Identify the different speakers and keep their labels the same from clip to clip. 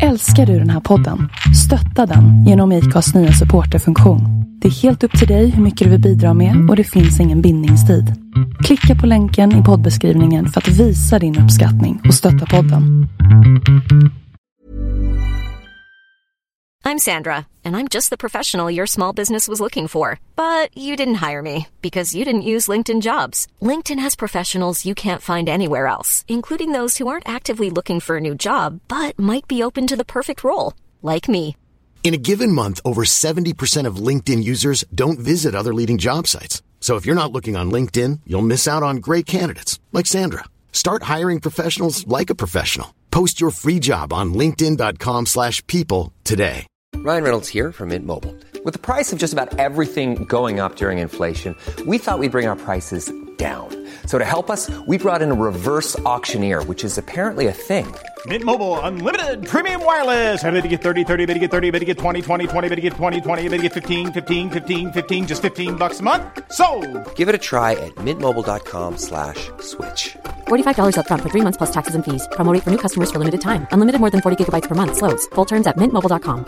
Speaker 1: Älskar du den här podden? Stötta den genom IKAs nya supporterfunktion. Det är helt upp till dig hur mycket du vill bidra med och det finns ingen bindningstid. Klicka på länken i poddbeskrivningen för att visa din uppskattning och stötta podden.
Speaker 2: I'm Sandra, and I'm just the professional your small business was looking for. But you didn't hire me because you didn't use LinkedIn Jobs. LinkedIn has professionals you can't find anywhere else, including those who aren't actively looking for a new job, but might be open to the perfect role, like me.
Speaker 3: In a given month, over 70% of LinkedIn users don't visit other leading job sites. So if you're not looking on LinkedIn, you'll miss out on great candidates like Sandra. Start hiring professionals like a professional. Post your free job on linkedin.com/people today.
Speaker 4: Ryan Reynolds here from Mint Mobile. With the price of just about everything going up during inflation, we thought we'd bring our prices down. So to help us, we brought in a reverse auctioneer, which is apparently a thing.
Speaker 5: Mint Mobile Unlimited Premium Wireless. How to get 30, 30, bit to get 30, bit to get 20, 20, 20, bit to get 20, 20, bit to get 15, 15, 15, 15, just $15 a month? Sold!
Speaker 4: Give it a try at mintmobile.com/switch.
Speaker 6: $45 up front for 3 months plus taxes and fees. Promo rate for new customers for limited time. Unlimited more than 40 gigabytes per month. Slows full terms at mintmobile.com.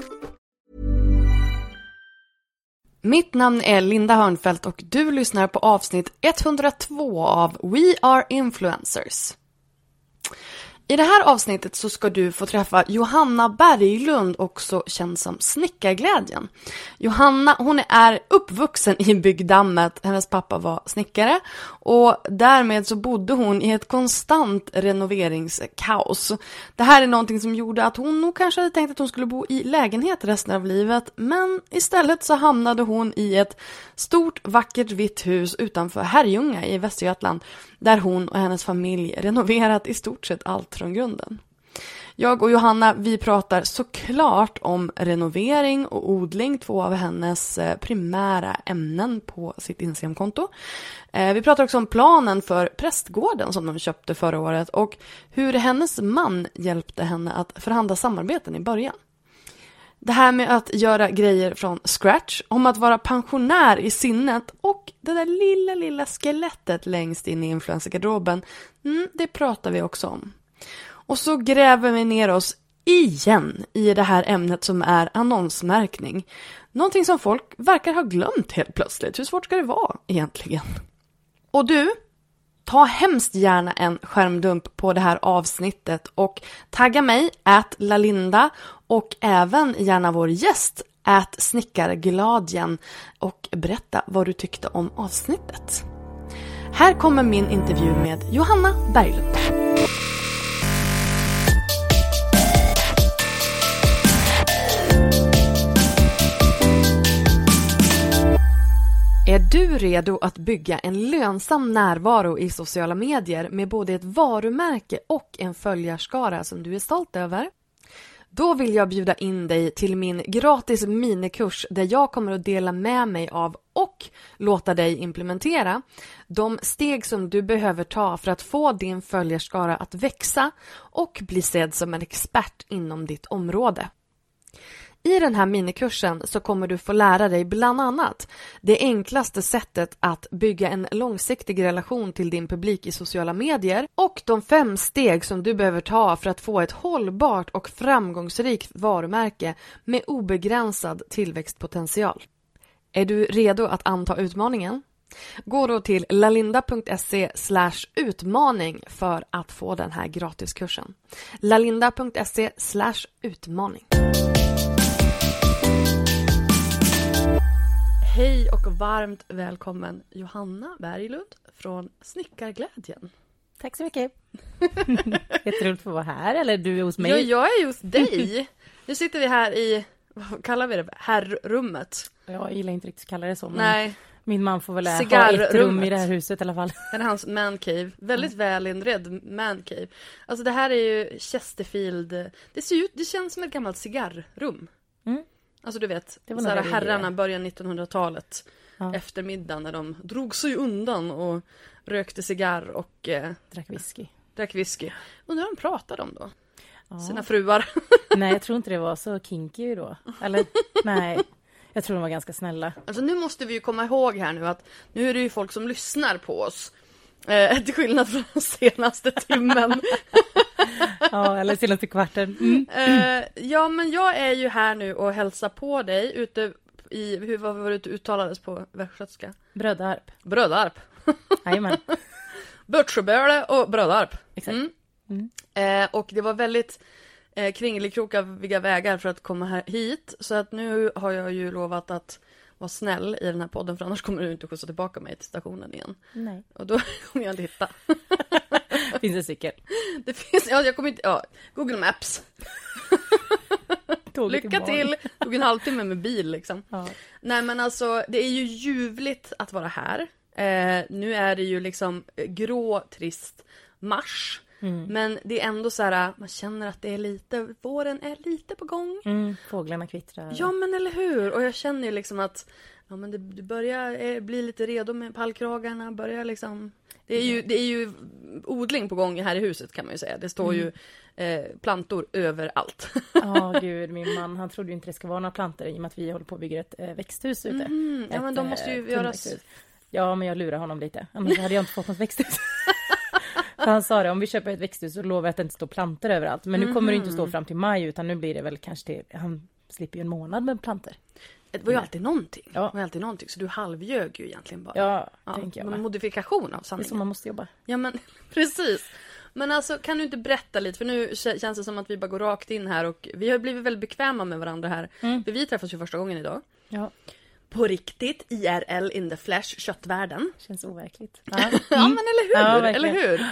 Speaker 7: Mitt namn är Linda Hörnfeldt och du lyssnar på avsnitt 102 av We Are Influencers. I det här avsnittet så ska du få träffa Johanna Berglund, också känd som Snickarglädjen. Johanna, hon är uppvuxen i byggdammet. Hennes pappa var snickare och därmed så bodde hon i ett konstant renoveringskaos. Det här är någonting som gjorde att hon nog kanske hade tänkt att hon skulle bo i lägenhet resten av livet, men istället så hamnade hon i ett stort vackert vitt hus utanför Herrljunga i Västergötland, där hon och hennes familj renoverat i stort sett allt från grunden. Jag och Johanna, vi pratar såklart om renovering och odling, 2 av hennes primära ämnen på sitt Instagramkonto. Vi pratar också om planen för prästgården som de köpte förra året och hur hennes man hjälpte henne att förhandla samarbeten i början. Det här med att göra grejer från scratch, om att vara pensionär i sinnet och det där lilla skelettet längst in i influencergarderoben, det pratar vi också om. Och så gräver vi ner oss igen i det här ämnet som är annonsmärkning. Någonting som folk verkar ha glömt helt plötsligt. Hur svårt ska det vara egentligen? Och du, ta hemskt gärna en skärmdump på det här avsnittet och tagga mig @lalinda och även gärna vår gäst @snickargladjen och berätta vad du tyckte om avsnittet. Här kommer min intervju med Johanna Berglund. Är du redo att bygga en lönsam närvaro i sociala medier med både ett varumärke och en följarskara som du är stolt över? Då vill jag bjuda in dig till min gratis minikurs där jag kommer att dela med mig av och låta dig implementera de steg som du behöver ta för att få din följarskara att växa och bli sedd som en expert inom ditt område. I den här minikursen så kommer du få lära dig bland annat det enklaste sättet att bygga en långsiktig relation till din publik i sociala medier och de 5 steg som du behöver ta för att få ett hållbart och framgångsrikt varumärke med obegränsad tillväxtpotential. Är du redo att anta utmaningen? Gå då till lalinda.se/utmaning för att få den här gratiskursen. lalinda.se/utmaning. Hej och varmt välkommen Johanna Berglund från Snickarglädjen.
Speaker 8: Tack så mycket. Jätteroligt för att vara här, eller du är hos mig?
Speaker 7: Ja, jag är hos dig. Nu sitter vi här i, vad kallar vi det? Herrrummet.
Speaker 8: Jag gillar inte riktigt att kalla det så, men
Speaker 7: nej.
Speaker 8: Min man får väl ha ett rum i det här huset i alla fall.
Speaker 7: Det är hans mancave. Väldigt välinredd mancave. Alltså det här är ju Chesterfield. Det ser ut, det känns som ett gammalt cigarrum. Mm. Alltså du vet, så här herrarna början 1900-talet. Ja. Eftermiddagen när de drog sig undan och rökte cigarr och drack whisky. Undrar vad de pratade om då? Ja. Sina fruar.
Speaker 8: Nej, jag tror inte det var så kinky då. Eller, nej. Jag tror de var ganska snälla.
Speaker 7: Alltså nu måste vi ju komma ihåg här nu att nu är det ju folk som lyssnar på oss. Till skillnad från den senaste timmen.
Speaker 8: Ja, eller senaste kvarten.
Speaker 7: Ja, men jag är ju här nu och hälsar på dig ute i, vad var det uttalades på västgötska?
Speaker 8: Brödarp.
Speaker 7: Brödarp.
Speaker 8: Jajamän.
Speaker 7: Börtsjöböle och Brödarp.
Speaker 8: Exakt.
Speaker 7: Och det var väldigt kringelikrokiga vägar för att komma hit. Så att nu har jag ju lovat att vara snäll i den här podden, för annars kommer du inte skjutsa tillbaka mig till stationen igen.
Speaker 8: Nej.
Speaker 7: Och då kommer jag inte hitta.
Speaker 8: Finns en cykel?
Speaker 7: Det finns, jag kommer inte, Google Maps. Lycka till! Tog en halvtimme med bil liksom. Ja. Nej, men alltså, det är ju ljuvligt att vara här. Nu är det ju liksom grå, trist mars. Men det är ändå så här, man känner att det är lite, våren är lite på gång.
Speaker 8: Fåglarna kvittrar.
Speaker 7: Ja, men eller hur? Och jag känner ju liksom att men det börjar bli lite redo med pallkragarna, börjar liksom. Det är ju odling på gång här i huset, kan man ju säga. Det står ju plantor överallt.
Speaker 8: Ja, gud, min man, han trodde ju inte det ska vara några plantor i och med att vi håller på att bygga ett växthus ute.
Speaker 7: Ja, men de måste ju göras.
Speaker 8: Ja, men jag lurar honom lite. Annars hade jag inte fått något växthus. För han sa det, om vi köper ett växthus så lovar jag att det inte står plantor överallt. Men nu kommer det inte stå fram till maj, utan nu blir det väl kanske till, han slipper ju en månad med plantor.
Speaker 7: Det var ju alltid någonting.
Speaker 8: Ja.
Speaker 7: Det var alltid någonting. Så du halvljög ju egentligen bara.
Speaker 8: Ja, tänker jag.
Speaker 7: En modifikation av sanningen.
Speaker 8: Det är som man måste jobba.
Speaker 7: Ja, men precis. Men alltså, kan du inte berätta lite? För nu känns det som att vi bara går rakt in här. Och vi har blivit väldigt bekväma med varandra här. För vi träffas ju första gången idag.
Speaker 8: Ja.
Speaker 7: På riktigt, IRL in the flesh, köttvärlden.
Speaker 8: Känns overkligt.
Speaker 7: Ja, men eller hur?
Speaker 8: Ja,
Speaker 7: eller hur?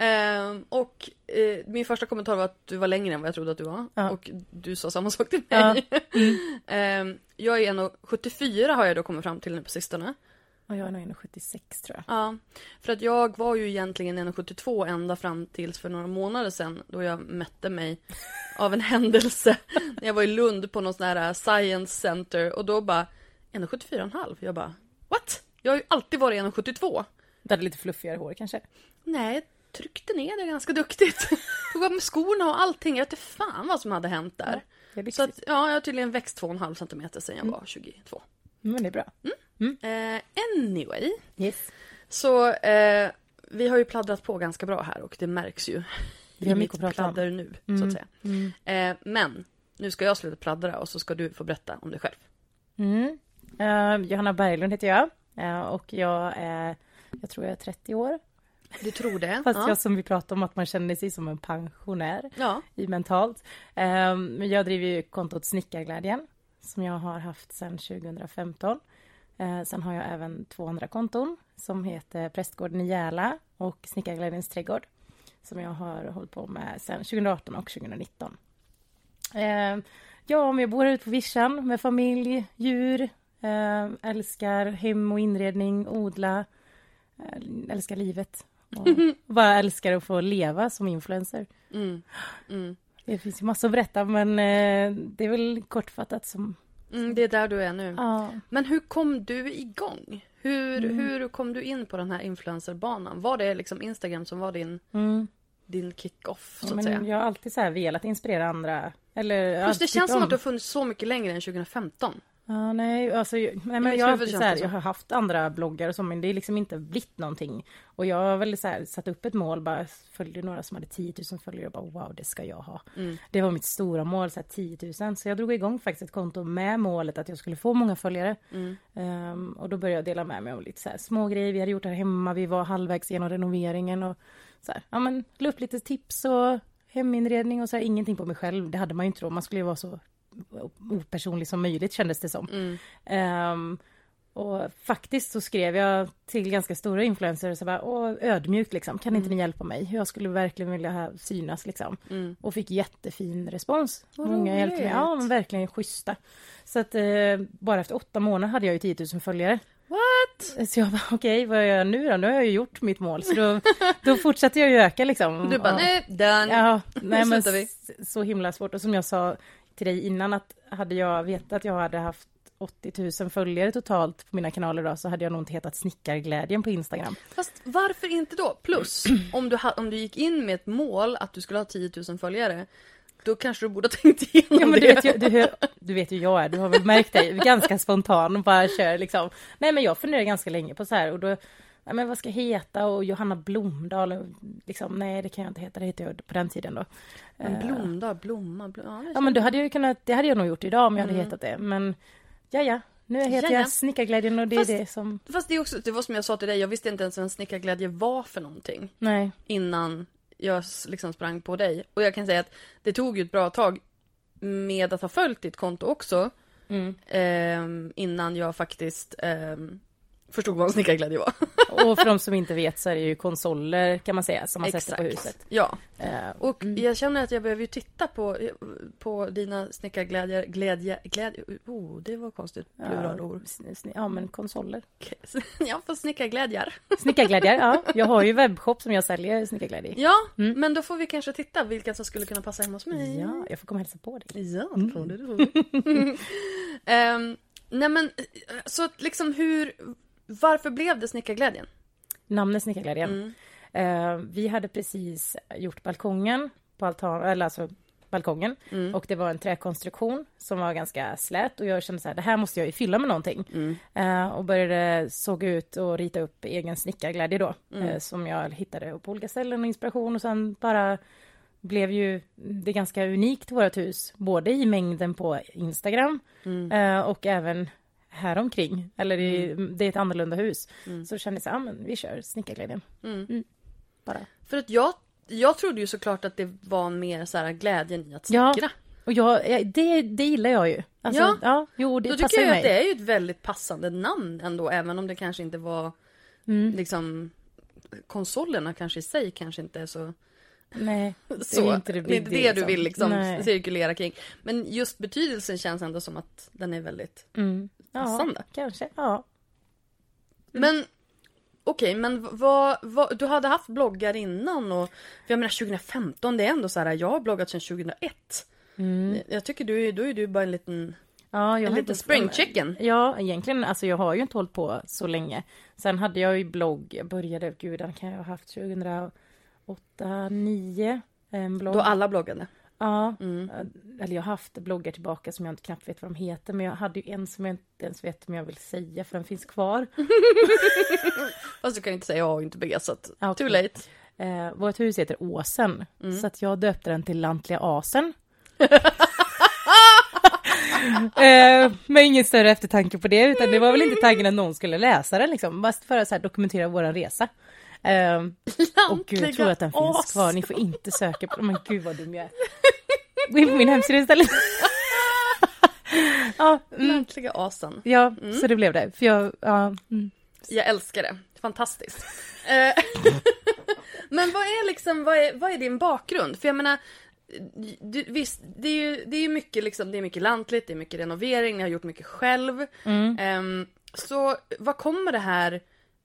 Speaker 7: Min första kommentar var att du var längre än vad jag trodde att du var. Ja. Och du sa samma sak till mig. Ja. Jag är 1,74 har jag då kommit fram till nu på sistone.
Speaker 8: Och jag är nog 1,76 tror jag.
Speaker 7: Ja, för att jag var ju egentligen 1,72 ända fram tills för några månader sedan, då jag mätte mig av en händelse. När jag var i Lund på någon sån här science center, och då bara 1,74,5. Jag bara, what? Jag har ju alltid varit 1,72.
Speaker 8: Du hade lite fluffigare hår kanske?
Speaker 7: Nej, tryckte ner det ganska duktigt. Tog av med skorna och allting. Jag vet inte fan vad som hade hänt där. Ja, så att, jag har tydligen växt 2,5 centimeter sedan jag var 22.
Speaker 8: Men det är bra.
Speaker 7: Anyway.
Speaker 8: Yes.
Speaker 7: Så vi har ju pladdrat på ganska bra här, och det märks ju.
Speaker 8: Vi har mycket att prata om
Speaker 7: nu, så att säga. Men nu ska jag sluta pladdra, och så ska du få berätta om dig själv.
Speaker 8: Johanna Berglund heter jag. Och jag tror jag är 30 år.
Speaker 7: Du tror det?
Speaker 8: Fast jag, som vi pratade om, att man känner sig som en pensionär i mentalt. Men jag driver ju kontot Snickarglädjen, som jag har haft sedan 2015. Sen har jag även 2 andra konton som heter Prästgården i Järla och Snickarglädjens trädgård, som jag har hållit på med sedan 2018 och 2019. Men jag bor ute på vischan med familj, djur, älskar hem och inredning, odla, älskar livet. Och bara älskar att få leva som influencer. Det finns ju massor att berätta, men det är väl kortfattat som...
Speaker 7: det är där du är nu.
Speaker 8: Ja.
Speaker 7: Men hur kom du igång? Hur kom du in på den här influencerbanan? Var det liksom Instagram som var din kick-off, så att säga?
Speaker 8: Jag har alltid så här velat inspirera andra.
Speaker 7: Plus det känns som att du har funnits så mycket längre än 2015.
Speaker 8: Ja, men jag har haft andra bloggar och så, men det är liksom inte blivit någonting. Och jag har väl så här satt upp ett mål, bara följde några som hade 10 000 följare och bara wow, det ska jag ha. Det var mitt stora mål, så här 10 000. Så jag drog igång faktiskt ett konto med målet att jag skulle få många följare. Och då började jag dela med mig om lite så här små grejer vi hade gjort här hemma. Vi var halvvägs genom renoveringen och så här, la upp lite tips och heminredning och så här, ingenting på mig själv. Det hade man ju inte då, man skulle ju vara så opersonlig som möjligt, kändes det som. Och faktiskt så skrev jag till ganska stora influencers så bara, ödmjukt liksom, kan inte ni hjälpa mig? Jag skulle verkligen vilja synas liksom. Och fick jättefin respons. Många hjälpte mig. Ja, men verkligen schyssta. Så att bara efter 8 månader hade jag ju 10 000 följare.
Speaker 7: What?
Speaker 8: Så jag bara, okej, vad gör jag nu då? Nu har jag ju gjort mitt mål. Så då fortsatte jag ju öka liksom.
Speaker 7: Du bara, nej, done.
Speaker 8: Ja, nej men så himla svårt. Och som jag sa till dig innan, att hade jag vetat att jag hade haft 80 000 följare totalt på mina kanaler då, så hade jag nog inte hetat Snickarglädjen på Instagram.
Speaker 7: Fast varför inte då? Plus, om du gick in med ett mål att du skulle ha 10 000 följare, då kanske du borde ha tänkt igenom det.
Speaker 8: Du vet ju jag är. Du har väl märkt det. Ganska spontan och bara kör liksom. Nej, men jag funderar ganska länge på så här. Och då ja, men vad ska jag heta? Och Johanna Blomdahl, liksom, nej det kan jag inte heta, det heter jag på den tiden då.
Speaker 7: Men Blomdahl, Blomma,
Speaker 8: ja men då hade jag ju kunnat, det hade jag nog gjort idag om jag hade hetat det, men nu heter jag Snickarglädjen och det är det som...
Speaker 7: Fast det är också, det var som jag sa till dig, jag visste inte ens vad en snickarglädje var för någonting.
Speaker 8: Nej.
Speaker 7: Innan jag liksom sprang på dig. Och jag kan säga att det tog ju ett bra tag med att ha följt ditt konto också. Innan jag faktiskt förstod vad en snickarglädje var.
Speaker 8: Och för de som inte vet så är det ju konsoler kan man säga som man sätter på huset.
Speaker 7: Ja. Och jag känner att jag behöver ju titta på dina snickarglädjer. Det var konstigt pluralord.
Speaker 8: Ja, men konsoler.
Speaker 7: Ja, för snickarglädjar.
Speaker 8: Snickarglädjar, ja. Jag har ju webbshop som jag säljer snickarglädjer.
Speaker 7: Ja, men då får vi kanske titta vilka som skulle kunna passa hemma hos mig.
Speaker 8: Ja, jag får komma och hälsa på dig.
Speaker 7: Ja, det får du. Nej men, så liksom varför blev det snickarglädjen?
Speaker 8: Namnet Snickarglädjen. Vi hade precis gjort balkongen på altan, eller alltså balkongen. Och det var en träkonstruktion som var ganska slät. Och jag kände så här, det här måste jag ju fylla med någonting. Och började såga ut och rita upp egen snickarglädje då. Som jag hittade på olika ställen och inspiration. Och sen bara blev ju det ganska unikt vårt hus. Både i mängden på Instagram och även här omkring. Eller det är ett annorlunda hus. Så kände jag men vi kör snickarglädjen. Bara.
Speaker 7: För att jag trodde ju såklart att det var mer så här glädjen i att snickra.
Speaker 8: Ja, och det gillar jag ju. Alltså, det
Speaker 7: då
Speaker 8: passar
Speaker 7: tycker jag
Speaker 8: mig.
Speaker 7: att det är ju ett väldigt passande namn ändå. Även om det kanske inte var liksom konsolerna kanske i sig kanske inte är så...
Speaker 8: Nej, det
Speaker 7: så,
Speaker 8: är inte det
Speaker 7: du vill liksom cirkulera kring. Men just betydelsen känns ändå som att den är väldigt passande.
Speaker 8: Ja, kanske, ja.
Speaker 7: Men okej, men vad du hade haft bloggar innan och för jag menar 2015, det är ändå så här, jag har bloggat sedan 2001. Jag tycker då är du bara en liten spring chicken.
Speaker 8: Ja, egentligen, alltså jag har ju inte hållit på så länge. Sen hade jag ju blogg, jag började, den kan jag ha haft 2008-2009 en blogg.
Speaker 7: Då alla bloggade?
Speaker 8: Ja, eller jag har haft bloggar tillbaka som jag inte knappt vet vad de heter. Men jag hade ju en som jag inte ens vet om jag vill säga för den finns kvar.
Speaker 7: Fast du kan inte säga A och inte B, så att
Speaker 8: okay.
Speaker 7: Too late.
Speaker 8: Vårt hus heter Åsen, så att jag döpte den till Lantliga Asen. Men ingen större eftertanke på det, utan det var väl inte tanken att någon skulle läsa den liksom. Bara för att så här, dokumentera våran resa. Och gud, jag tror att den finns kvar. Ni får inte söka på. Men gud vad dum jag är. Gå in på min hemsida istället.
Speaker 7: Lantliga Asen.
Speaker 8: Ja, så det blev det. För
Speaker 7: jag älskar det. Fantastiskt. Men vad är din bakgrund? För jag menar, visst, det är ju mycket liksom, det är mycket lantligt, det är mycket renovering, ni har gjort mycket själv. Så vad kommer det här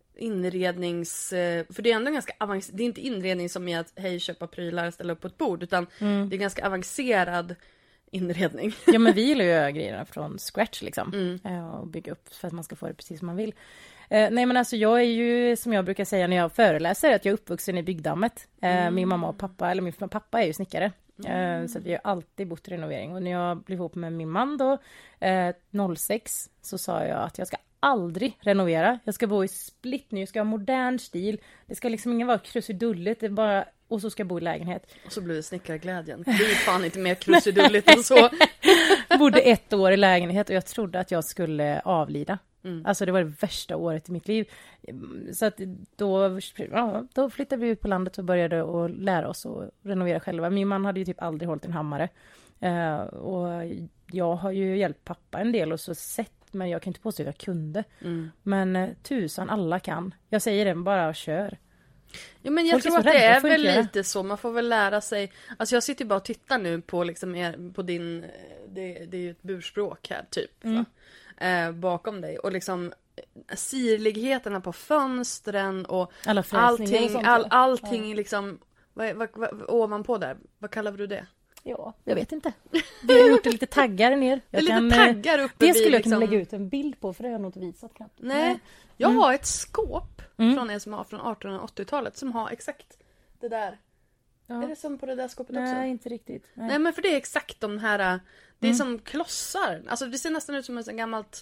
Speaker 7: för det är ändå ganska avancerat, det är inte inredning som är att hej köpa prylar, ställa upp på ett bord, utan det är ganska avancerad inredning.
Speaker 8: Ja, men vi gillar ju grejerna från scratch liksom, och bygga upp för att man ska få det precis som man vill. Nej men alltså jag är ju, som jag brukar säga när jag föreläser, att jag är uppvuxen i byggdammet. Min mamma och pappa, eller min pappa är ju snickare. Så att vi har alltid bott i renovering. Och när jag blev ihop med min man då 06, så sa jag att jag ska aldrig renovera. Jag ska bo i split nu, jag ska ha modern stil. Det ska liksom ingen vara krusidulligt, det är bara... Och så ska jag bo i lägenhet.
Speaker 7: Och så blir det snickarglädjen. Det är fan inte mer krusidulligt än så.
Speaker 8: Bodde 1 år i lägenhet och jag trodde att jag skulle avlida. Alltså det var det värsta året i mitt liv. Så att då flyttade vi ut på landet och började att lära oss att renovera själva. Min man hade ju typ aldrig hållit en hammare. Och jag har ju hjälpt pappa en del och så sett, men jag kan inte påstå att jag kunde. Men tusan, alla kan. Jag säger det, bara kör.
Speaker 7: Jo, men jag tror att det är väl lite så. Man får väl lära sig. Alltså jag sitter bara och tittar nu på, liksom på din... Det är ju ett burspråk här typ. Bakom dig. Och liksom sirligheterna på fönstren och allting liksom... ovanpå där. Vad kallar du det?
Speaker 8: Ja, jag vet inte. Vi har gjort det lite taggar ner.
Speaker 7: Taggar uppe.
Speaker 8: Det skulle jag kunna lägga ut en bild på, för det har jag nog inte visat knappt.
Speaker 7: Nej, jag har ett skåp från 1880-talet som har exakt det där. Ja. Är det som på det där skåpet också?
Speaker 8: Nej, inte riktigt.
Speaker 7: Nej, men för det är exakt de här... Det är som klossar. Alltså det ser nästan ut som ett gammalt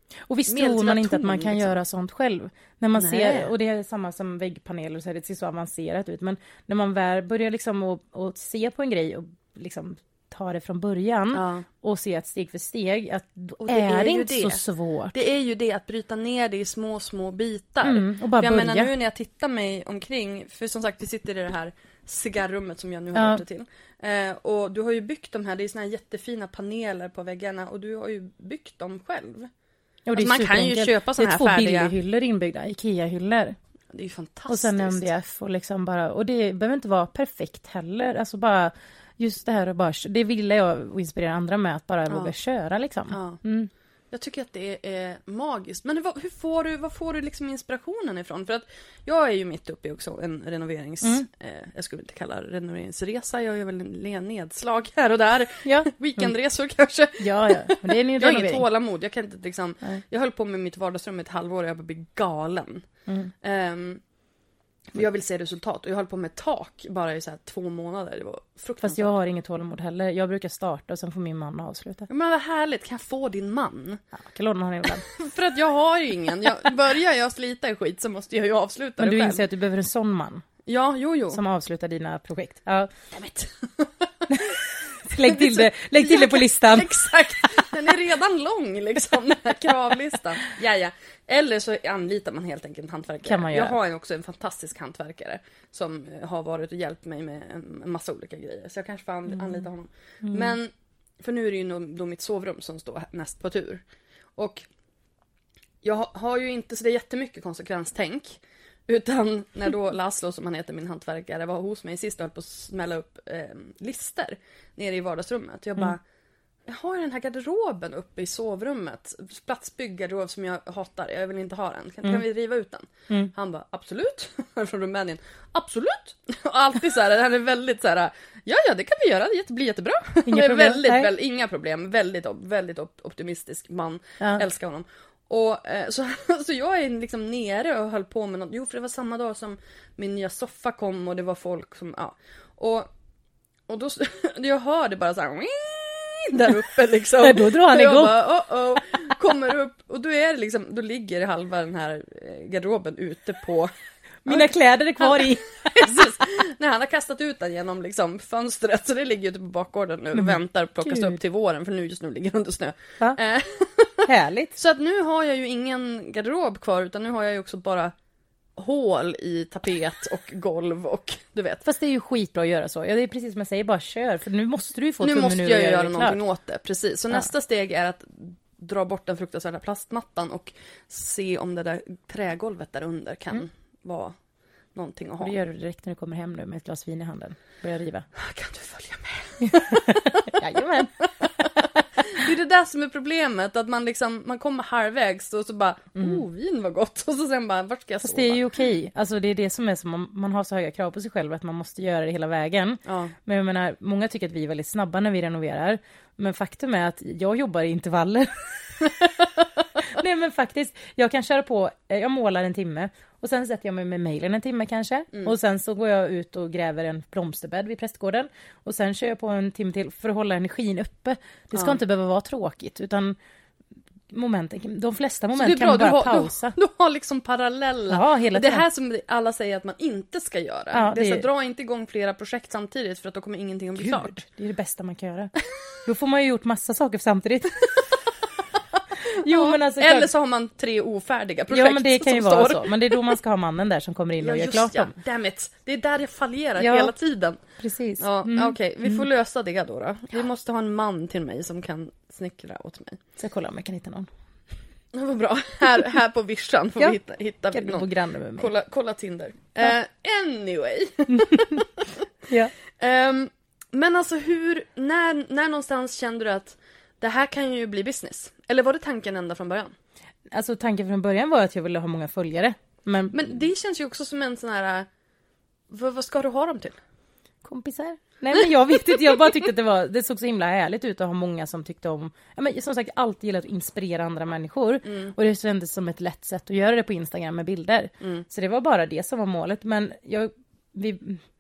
Speaker 8: Och visst tror man inte att man kan göra sånt själv. När man ser, och det är samma som väggpaneler, så det ser så avancerat ut. Men när man väl börjar liksom och se på en grej och liksom ta det från början och se ett steg för steg, att då är det inte så svårt.
Speaker 7: Det är ju det, att bryta ner det i små bitar.
Speaker 8: Och bara
Speaker 7: för jag
Speaker 8: börja.
Speaker 7: menar, nu när jag tittar mig omkring, för som sagt vi sitter i det här cigarrummet som jag nu har varit till. Och du har ju byggt de här, det är såna här jättefina paneler på väggarna, och du har ju byggt dem själv.
Speaker 8: Ja,
Speaker 7: alltså man kan ju köpa såna här färdiga. Det är 2 billighyllor inbyggda, IKEA-hyllor. Det är ju fantastiskt.
Speaker 8: Och sen MDF och liksom bara, och det behöver inte vara perfekt heller. Alltså bara, just det här och bara, det ville jag inspirera andra med, att bara våga köra liksom.
Speaker 7: Ja. Jag tycker att det är magiskt. Men var får du liksom inspirationen ifrån? För att jag är ju mitt uppe i också en jag skulle inte kalla det renoveringsresa. Jag gör väl en nedslag här och där.
Speaker 8: Ja.
Speaker 7: Weekendresor kanske.
Speaker 8: Ja. Men det är
Speaker 7: jag har inget tålamod. Jag kan inte liksom, jag höll på med mitt vardagsrum ett halvår och jag bara blir galen. Jag vill se resultat. Och jag höll på med tak bara i så här 2 månader. Det var fruktansvärt.
Speaker 8: Fast jag har inget tålamod heller. Jag brukar starta och sen får min man avsluta.
Speaker 7: Men vad härligt. Kan jag få din man?
Speaker 8: Ja, kan låna honom ibland.
Speaker 7: För att jag har ju ingen. Börjar jag slita i skit så måste jag ju avsluta
Speaker 8: men
Speaker 7: det själv.
Speaker 8: Men du inser att du behöver en sån man.
Speaker 7: Ja, jo.
Speaker 8: Som avslutar dina projekt. Ja.
Speaker 7: Jag vet.
Speaker 8: Lägg till det på listan.
Speaker 7: Exakt. Den är redan lång liksom, den här kravlistan. Ja. Eller så anlitar man helt enkelt en hantverkare.
Speaker 8: Kan man göra.
Speaker 7: Jag har också en fantastisk hantverkare som har varit och hjälpt mig med en massa olika grejer. Så jag kanske får anlita honom. Men, för nu är det ju då mitt sovrum som står näst på tur. Och jag har ju inte så det jättemycket konsekvenstänk. Utan när då Laszlo, som han heter, min hantverkare, var hos mig sist och höll på att smälla upp lister nere i vardagsrummet. Jag bara, jag har den här garderoben uppe i sovrummet. Platsbyggd garderob som jag hatar. Jag vill inte ha den. Kan vi riva ut den? Han bara, absolut. Från Rumänien. Absolut. Och alltid så här, han är väldigt så här, ja det kan vi göra. Det blir jättebra. Inga problem. Inga problem. Väldigt optimistisk man. Älskar honom. Och så jag är liksom nere och höll på med något. Jo, för det var samma dag som min nya soffa kom och det var folk som, och då jag hörde bara så här där uppe liksom.
Speaker 8: Då drar han igång.
Speaker 7: Bara, kommer upp och då är det liksom, då ligger halva den här garderoben ute på.
Speaker 8: Mina kläder är kvar i.
Speaker 7: Precis. Nej, han har kastat ut den genom liksom fönstret, så det ligger ute på bakgården nu och väntar på att plockas upp till våren, för just nu ligger under snö.
Speaker 8: Härligt.
Speaker 7: Så att nu har jag ju ingen garderob kvar, utan nu har jag ju också bara hål i tapet och golv och du vet.
Speaker 8: Fast det är ju skitbra att göra så. Ja, det är precis som jag säger, bara kör, för nu måste du ju få
Speaker 7: nu måste jag göra någonting
Speaker 8: klart.
Speaker 7: Åt det, precis. Så nästa steg är att dra bort den fruktansvärda plastmattan och se om det där trägolvet där under kan vara någonting att ha.
Speaker 8: Och det gör du direkt när du kommer hem nu med ett glas vin i handen. Börja riva.
Speaker 7: Kan du följa med?
Speaker 8: Jajamän.
Speaker 7: Det är det där som är problemet, att man kommer halvvägs och så bara, vin var gott, och så sen bara, vart ska jag sova?
Speaker 8: Fast det är ju okej. Alltså det är det som är som man har så höga krav på sig själv att man måste göra det hela vägen. Ja. Men jag menar, många tycker att vi är väldigt snabba när vi renoverar. Men faktum är att jag jobbar i intervaller. Nej, men faktiskt, jag kan köra på, jag målar en timme och sen sätter jag mig med mejlen en timme kanske. Och sen så går jag ut och gräver en blomsterbädd vid prästgården. Och sen kör jag på en timme till för att hålla energin uppe. Det ska inte behöva vara tråkigt, utan de flesta moment kan man bara pausa.
Speaker 7: Du har liksom parallella.
Speaker 8: Ja, hela tiden.
Speaker 7: Det här som alla säger att man inte ska göra.
Speaker 8: Ja,
Speaker 7: det är så, dra inte igång flera projekt samtidigt, för att då kommer ingenting att bli klart.
Speaker 8: Det är det bästa man kan göra. Då får man ju gjort massa saker samtidigt. Jo, men alltså,
Speaker 7: eller så har man 3 ofärdiga projekt.
Speaker 8: Ja, men det kan ju vara så. Men det är då man ska ha mannen där som kommer in och gör klart dem.
Speaker 7: Damn it. Det är där det fallerar hela tiden.
Speaker 8: Precis.
Speaker 7: Ja, okej. Vi får lösa det då. Vi måste ha en man till mig som kan snickra åt mig.
Speaker 8: Så jag kollar om jag kan hitta någon.
Speaker 7: Det var bra. Här på vischan får vi hitta någon.
Speaker 8: På grannen med mig.
Speaker 7: Kolla Tinder. Anyway.
Speaker 8: Ja.
Speaker 7: Men alltså när någonstans kände du att det här kan ju bli business? Eller var det tanken ända från början?
Speaker 8: Alltså tanken från början var att jag ville ha många följare.
Speaker 7: Men det känns ju också som en sån här, vad ska du ha dem till?
Speaker 8: Kompisar? Nej, men jag vet inte, jag bara tyckte att det såg så himla härligt ut att ha många som tyckte om, men som sagt, alltid gillat att inspirera andra människor. Och det kändes som ett lätt sätt att göra det på Instagram med bilder. Så det var bara det som var målet. Men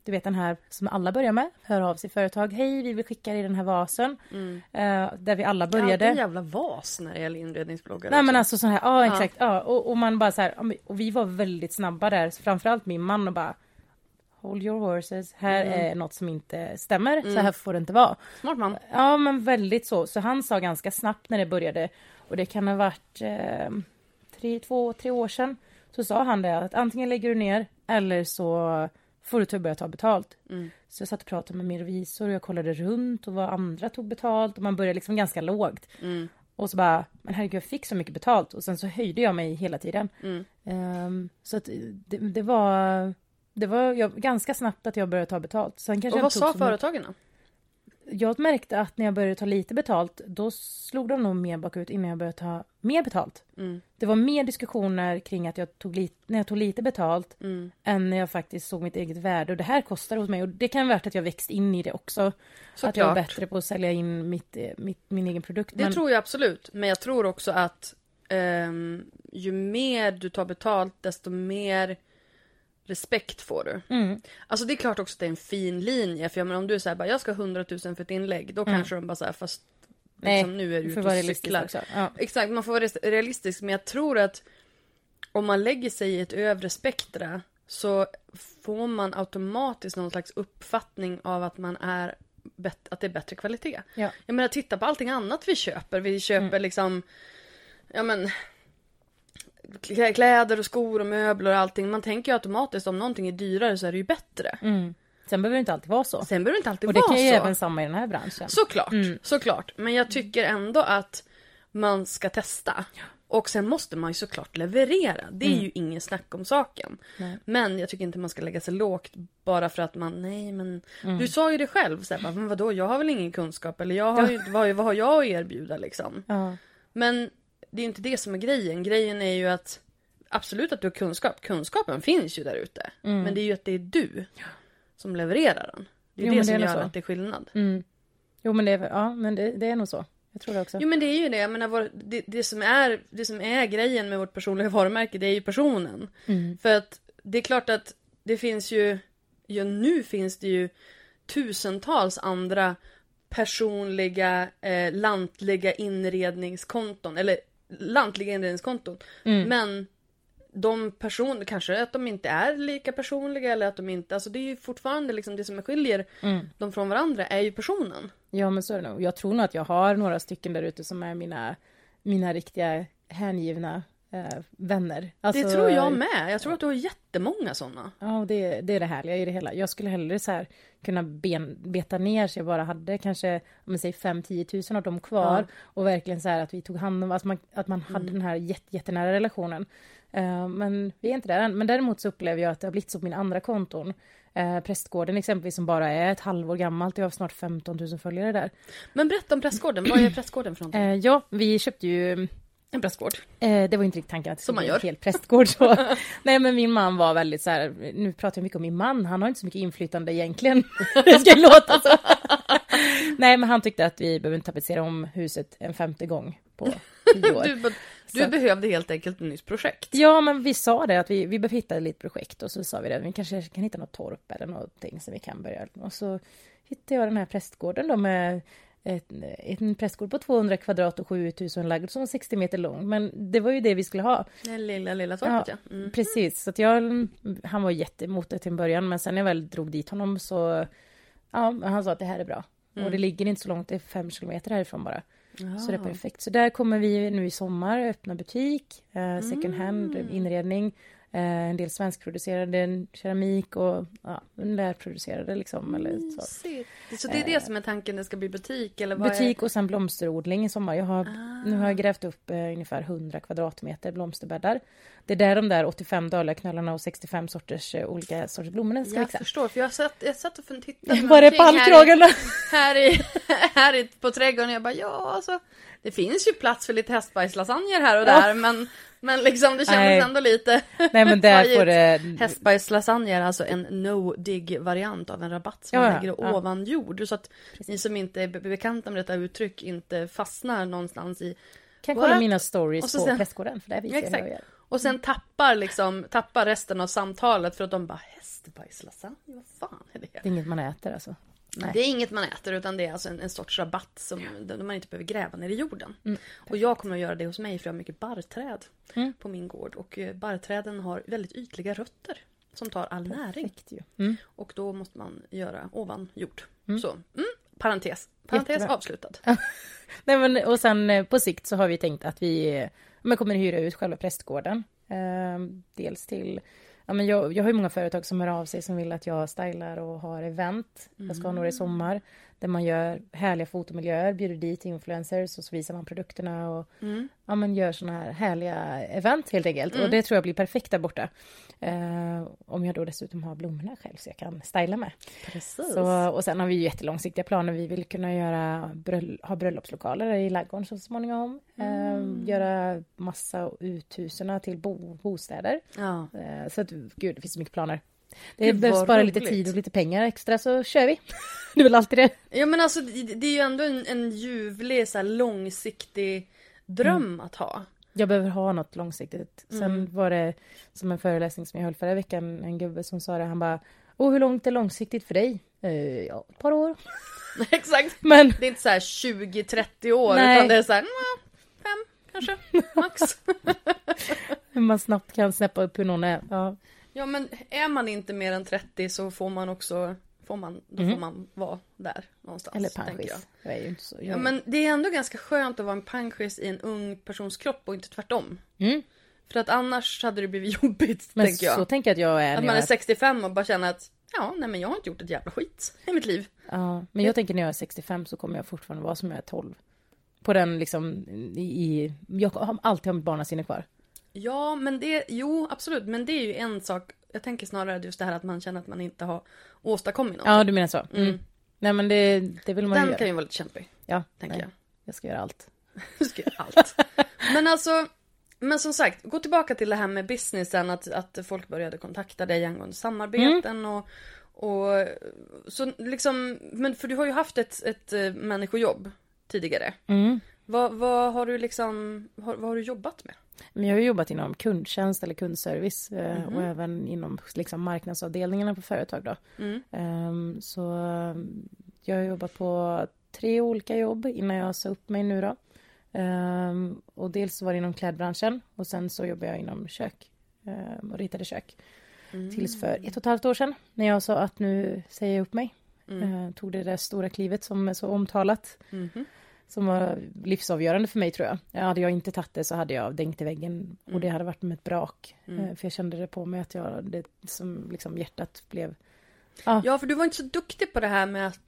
Speaker 8: du vet den här som alla börjar med, hör av sig företag, hej vi vill skicka dig den här vasen, där vi alla började.
Speaker 7: Ja, det är jävla vas när det gäller inredningsbloggar.
Speaker 8: Nej men alltså sån här, exakt, och man bara så här, och vi var väldigt snabba där, framförallt min man och bara, hold your horses, här är något som inte stämmer, så här får det inte vara.
Speaker 7: Smart man.
Speaker 8: Ja men väldigt så han sa ganska snabbt när det började, och det kan ha varit 2-3 år sedan, så sa han det att antingen lägger du ner eller så får du börja ta betalt. Så jag satt och pratade med min revisor och jag kollade runt och vad andra tog betalt och man började liksom ganska lågt. Och så bara, men herregud jag fick så mycket betalt och sen så höjde jag mig hela tiden. Så att det var ganska snabbt att jag började ta betalt. Sen kanske
Speaker 7: och vad sa företagen då?
Speaker 8: Jag märkte att när jag började ta lite betalt, då slog de nog mer bakut innan jag började ta mer betalt. Det var mer diskussioner kring att när jag tog lite betalt än när jag faktiskt såg mitt eget värde. Och det här kostar hos mig. Och det kan vara värt att jag växt in i det också. Så att jag är bättre på att sälja in min egen produkt.
Speaker 7: Det tror jag absolut. Men jag tror också att ju mer du tar betalt, desto mer respekt får du. Alltså det är klart också att det är en fin linje. För jag menar, om du säger bara, jag ska 100 000 för ett inlägg. Då kanske de bara säger, fast liksom, nu är du ute och cyklar. Ja. Exakt, man får vara realistisk. Men jag tror att om man lägger sig i ett övre spektra, så får man automatiskt någon slags uppfattning av att man är att det är bättre kvalitet. Ja. Jag menar, titta på allting annat vi köper. Vi köper liksom, ja men, kläder och skor och möbler och allting. Man tänker ju automatiskt om någonting är dyrare så är det ju bättre.
Speaker 8: Sen behöver det inte alltid vara så.
Speaker 7: Och
Speaker 8: det kan ju även samma i den här branschen.
Speaker 7: Såklart. Men jag tycker ändå att man ska testa. Och sen måste man ju såklart leverera. Det är ju ingen snack om saken. Nej. Men jag tycker inte man ska lägga sig lågt bara för att man, du sa ju det själv. Så här, men vadå, jag har väl ingen kunskap. Eller jag har ju, vad har jag att erbjuda liksom. Men det är inte det som är grejen. Grejen är ju att absolut att du har kunskap. Kunskapen finns ju där ute. Men det är ju att det är du som levererar den. Det är det som gör att det är skillnad.
Speaker 8: Jo men det är nog så. Jag tror det också.
Speaker 7: Jo men det är ju det. Jag menar, det som är grejen med vårt personliga varumärke, det är ju personen. För att det är klart att det finns ju, nu finns det ju tusentals andra personliga lantliga inredningskonton. Eller lantliga inredningskonton. Men de personer, kanske att de inte är lika personliga eller att de inte, alltså det är ju fortfarande liksom det som skiljer dem från varandra är ju personen.
Speaker 8: Ja men så är det nog. Jag tror nog att jag har några stycken där ute som är mina riktiga hängivna vänner. Alltså,
Speaker 7: det tror jag med. Jag tror att du har jättemånga sådana.
Speaker 8: Ja, det är det härliga i det hela. Jag skulle hellre så här kunna beta ner så jag bara hade kanske, om man säger 5-10 000 av dem kvar och verkligen så här att vi tog hand om, att man hade den här jättenära relationen. Men vi är inte där än. Men däremot så upplever jag att det har blivit så på mina andra konton. Prästgården exempelvis som bara är ett halvår gammalt. Jag har snart 15 000 följare där.
Speaker 7: Men berätta om Prästgården. Vad är Prästgården för någonting?
Speaker 8: Ja, vi köpte ju
Speaker 7: en prästgård.
Speaker 8: Det var inte riktigt tanken att det skulle bli en hel
Speaker 7: prästgård.
Speaker 8: Nej men min man var väldigt så här, nu pratar jag mycket om min man. Han har inte så mycket inflytande egentligen. Det ska låta så. Nej men han tyckte att vi behöver inte tapetsera om huset en 5:e gång på 10 år.
Speaker 7: Du behövde helt enkelt ett nytt projekt.
Speaker 8: Ja, men vi sa det att vi behöver hitta ett litet projekt. Och så sa vi det, vi kanske kan hitta något torp eller någonting som vi kan börja. Och så hittade jag den här prästgården då med en prästgård på 200 kvadrat och 7000 lagd som var 60 meter lång. Men det var ju det vi skulle ha.
Speaker 7: Den lilla torpet, ja.
Speaker 8: Precis, så att han var jättemot det till en början. Men sen när jag väl drog dit honom så han sa att det här är bra. Och det ligger inte så långt, det är 5 kilometer härifrån bara. Så det är perfekt. Så där kommer vi nu i sommar öppna butik, second hand, inredning, en del svenskproducerade keramik och lärproducerade liksom. Eller så.
Speaker 7: Så det är det som är tanken, det ska bli butik? Eller vad
Speaker 8: butik och sen blomsterodling i sommar. Nu har jag grävt upp ungefär 100 kvadratmeter blomsterbäddar. Det är där de där 85 dahliaknölarna och 65 olika sorters blommor ska växa.
Speaker 7: Jag förstår, för jag satt och tittade
Speaker 8: var är pallkragarna?
Speaker 7: Här på trädgården. Jag bara, alltså, det finns ju plats för lite hästbajslasagne här och där, men liksom det kändes ändå lite.
Speaker 8: Nej, men där får det
Speaker 7: hästbajslasagne är alltså en no-dig-variant av en rabatt som man lägger ovan jord, så att ni som inte är bekanta med detta uttryck inte fastnar någonstans i.
Speaker 8: Kan kolla mina stories på Prästgården, för där visar jag.
Speaker 7: Och sen tappar resten av samtalet för att de bara, hästbajslasagne, vad fan är det?
Speaker 8: Det är inget man äter alltså.
Speaker 7: Nej. Det är inget man äter, utan det är alltså en sorts rabatt som man inte behöver gräva ner i jorden. Och jag kommer att göra det hos mig, för jag har mycket barrträd på min gård. Och barrträden har väldigt ytliga rötter som tar all näring. Och då måste man göra ovan jord. Så, parentes avslutad.
Speaker 8: Nej, men, och sen på sikt så har vi tänkt att vi kommer hyra ut själva prästgården. Dels till... Ja, men jag har ju många företag som hör av sig som vill att jag stylar och har event. Jag ska ha några i sommar. Där man gör härliga fotomiljöer, bjuder dit influencers och så visar man produkterna. Och gör såna här härliga event helt enkelt. Och det tror jag blir perfekt där borta. Om jag då dessutom har blommorna själv så jag kan styla med.
Speaker 7: Precis.
Speaker 8: Så, och sen har vi ju jättelångsiktiga planer. Vi vill kunna ha bröllopslokaler i ladugården så småningom. Göra massa uthuserna till bostäder. Ja. Så att, gud, det finns så mycket planer. Det behövs bara lite tid och lite pengar extra så kör vi. Det är väl alltid det.
Speaker 7: Ja, men alltså det är ju ändå en ljuvlig så här, långsiktig dröm att ha.
Speaker 8: Jag behöver ha något långsiktigt. Sen var det som en föreläsning som jag höll förra veckan. En gubbe som sa det. Han bara, hur långt är långsiktigt för dig? Ja, ett par år.
Speaker 7: Exakt. Men det är inte så här 20-30 år. Nej. Utan det är så här 5 kanske, max.
Speaker 8: Hur man snabbt kan snäppa upp hur någon är.
Speaker 7: Ja, men är man inte mer än 30 så får man också... får man vara där någonstans.
Speaker 8: Eller panschis.
Speaker 7: Ja, men det är ändå ganska skönt att vara en panschis i en ung persons kropp och inte tvärtom. För att annars hade det blivit jobbigt,
Speaker 8: men
Speaker 7: tänker jag.
Speaker 8: Så tänker jag att jag är.
Speaker 7: Att man är 65 och bara känner att men jag har inte gjort ett jävla skit i mitt liv.
Speaker 8: Ja, men jag tänker när jag är 65 så kommer jag fortfarande vara som jag är 12. På den liksom jag har alltid mitt barnasinne kvar. Ja,
Speaker 7: men absolut. Men det är ju en sak. Jag tänker snarare just det här att man känner att man inte har åstadkommit något.
Speaker 8: Ja, du menar så. Nej, men det vill man
Speaker 7: den
Speaker 8: göra.
Speaker 7: kan ju vara lite kämpig.
Speaker 8: Ja,
Speaker 7: tänker jag.
Speaker 8: Jag ska göra allt.
Speaker 7: Du ska göra allt. Men som sagt, gå tillbaka till det här med businessen. Att folk började kontakta dig angående samarbeten och så liksom, men för du har ju haft ett människojobb tidigare. Vad har du liksom, vad har du jobbat med?
Speaker 8: Men jag har jobbat inom kundtjänst eller kundservice och även inom liksom marknadsavdelningarna på företag då. Så jag har jobbat på 3 olika jobb innan jag sa upp mig nu då. Och dels var det inom klädbranschen och sen så jobbade jag inom kök och ritade kök. Tills för 1,5 år sedan när jag sa att nu säger jag upp mig. Tog det där stora klivet som är så omtalat. Som var livsavgörande för mig, tror jag. Hade jag inte tagit det så hade jag dängt i väggen. Och det hade varit med ett brak. För jag kände det på mig att det som liksom hjärtat blev...
Speaker 7: Ja, för du var inte så duktig på det här med att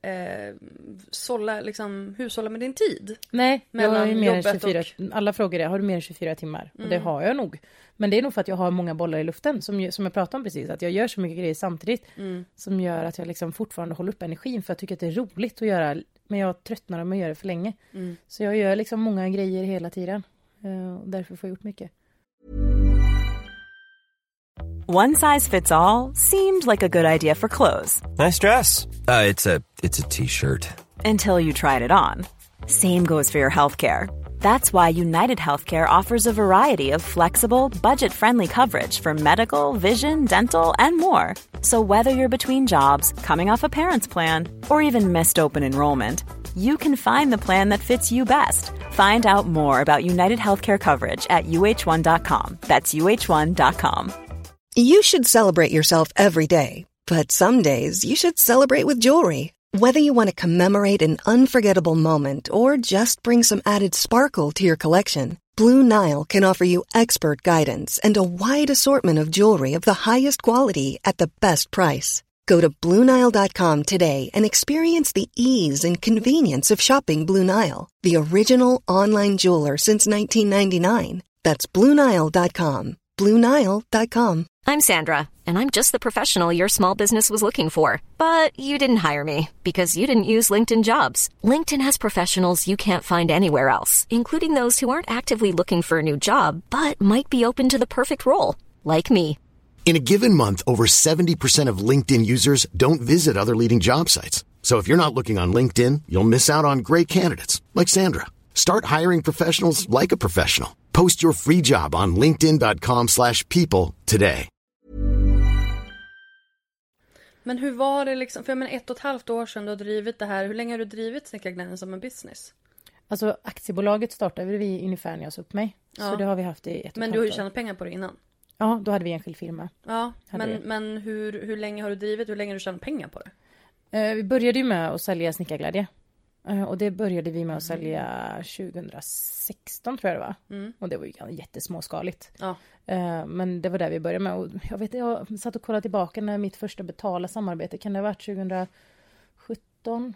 Speaker 7: hushålla med din tid.
Speaker 8: Nej, jag har ju mer än 24... Alla frågar det, har du mer än 24 timmar? Och det har jag nog. Men det är nog för att jag har många bollar i luften. Som jag pratade om precis. Att jag gör så mycket grejer samtidigt. Som gör att jag liksom fortfarande håller upp energin. För jag tycker att det är roligt att göra... Men jag tröttnar om jag gör det för länge. Så jag gör liksom många grejer hela tiden. Och därför får jag gjort mycket.
Speaker 9: One size fits all seemed like a good idea for clothes.
Speaker 10: Nice dress. It's a t-shirt.
Speaker 9: Until you tried it on. Same goes for your healthcare. That's why United Healthcare offers a variety of flexible, budget-friendly coverage for medical, vision, dental, and more. So whether you're between jobs, coming off a parent's plan, or even missed open enrollment, you can find the plan that fits you best. Find out more about United Healthcare coverage at uh1.com. That's uh1.com.
Speaker 11: You should celebrate yourself every day, but some days you should celebrate with jewelry. Whether you want to commemorate an unforgettable moment or just bring some added sparkle to your collection, Blue Nile can offer you expert guidance and a wide assortment of jewelry of the highest quality at the best price. Go to BlueNile.com today and experience the ease and convenience of shopping Blue Nile, the original online jeweler since 1999. That's BlueNile.com. BlueNile.com.
Speaker 2: I'm Sandra, and I'm just the professional your small business was looking for. But you didn't hire me because you didn't use LinkedIn Jobs. LinkedIn has professionals you can't find anywhere else, including those who aren't actively looking for a new job, but might be open to the perfect role, like me.
Speaker 3: In a given month, over 70% of LinkedIn users don't visit other leading job sites. So if you're not looking on LinkedIn, you'll miss out on great candidates like Sandra. Start hiring professionals like a professional. Post your free job on linkedin.com/people today.
Speaker 7: Men hur var det liksom, för jag menar 1,5 år sedan du har drivit det här. Hur länge har du drivit Snickarglädjen som en business?
Speaker 8: Alltså aktiebolaget startade vi ungefär när jag sa upp mig.
Speaker 7: Ja.
Speaker 8: Så det har vi haft i 1,5 år.
Speaker 7: Men du har ju tjänat pengar på det innan.
Speaker 8: Ja, då hade vi enskild firma.
Speaker 7: Ja, men hur länge har du drivit? Hur länge har du tjänat pengar på det?
Speaker 8: Vi började ju med att sälja Snickarglädje. Och det började vi med att sälja 2016 tror jag det var. Och det var ju jättesmåskaligt.
Speaker 7: Ja.
Speaker 8: Men det var där vi började med. Och jag satt och kollade tillbaka när mitt första betalade samarbete. Kan det ha varit 2017?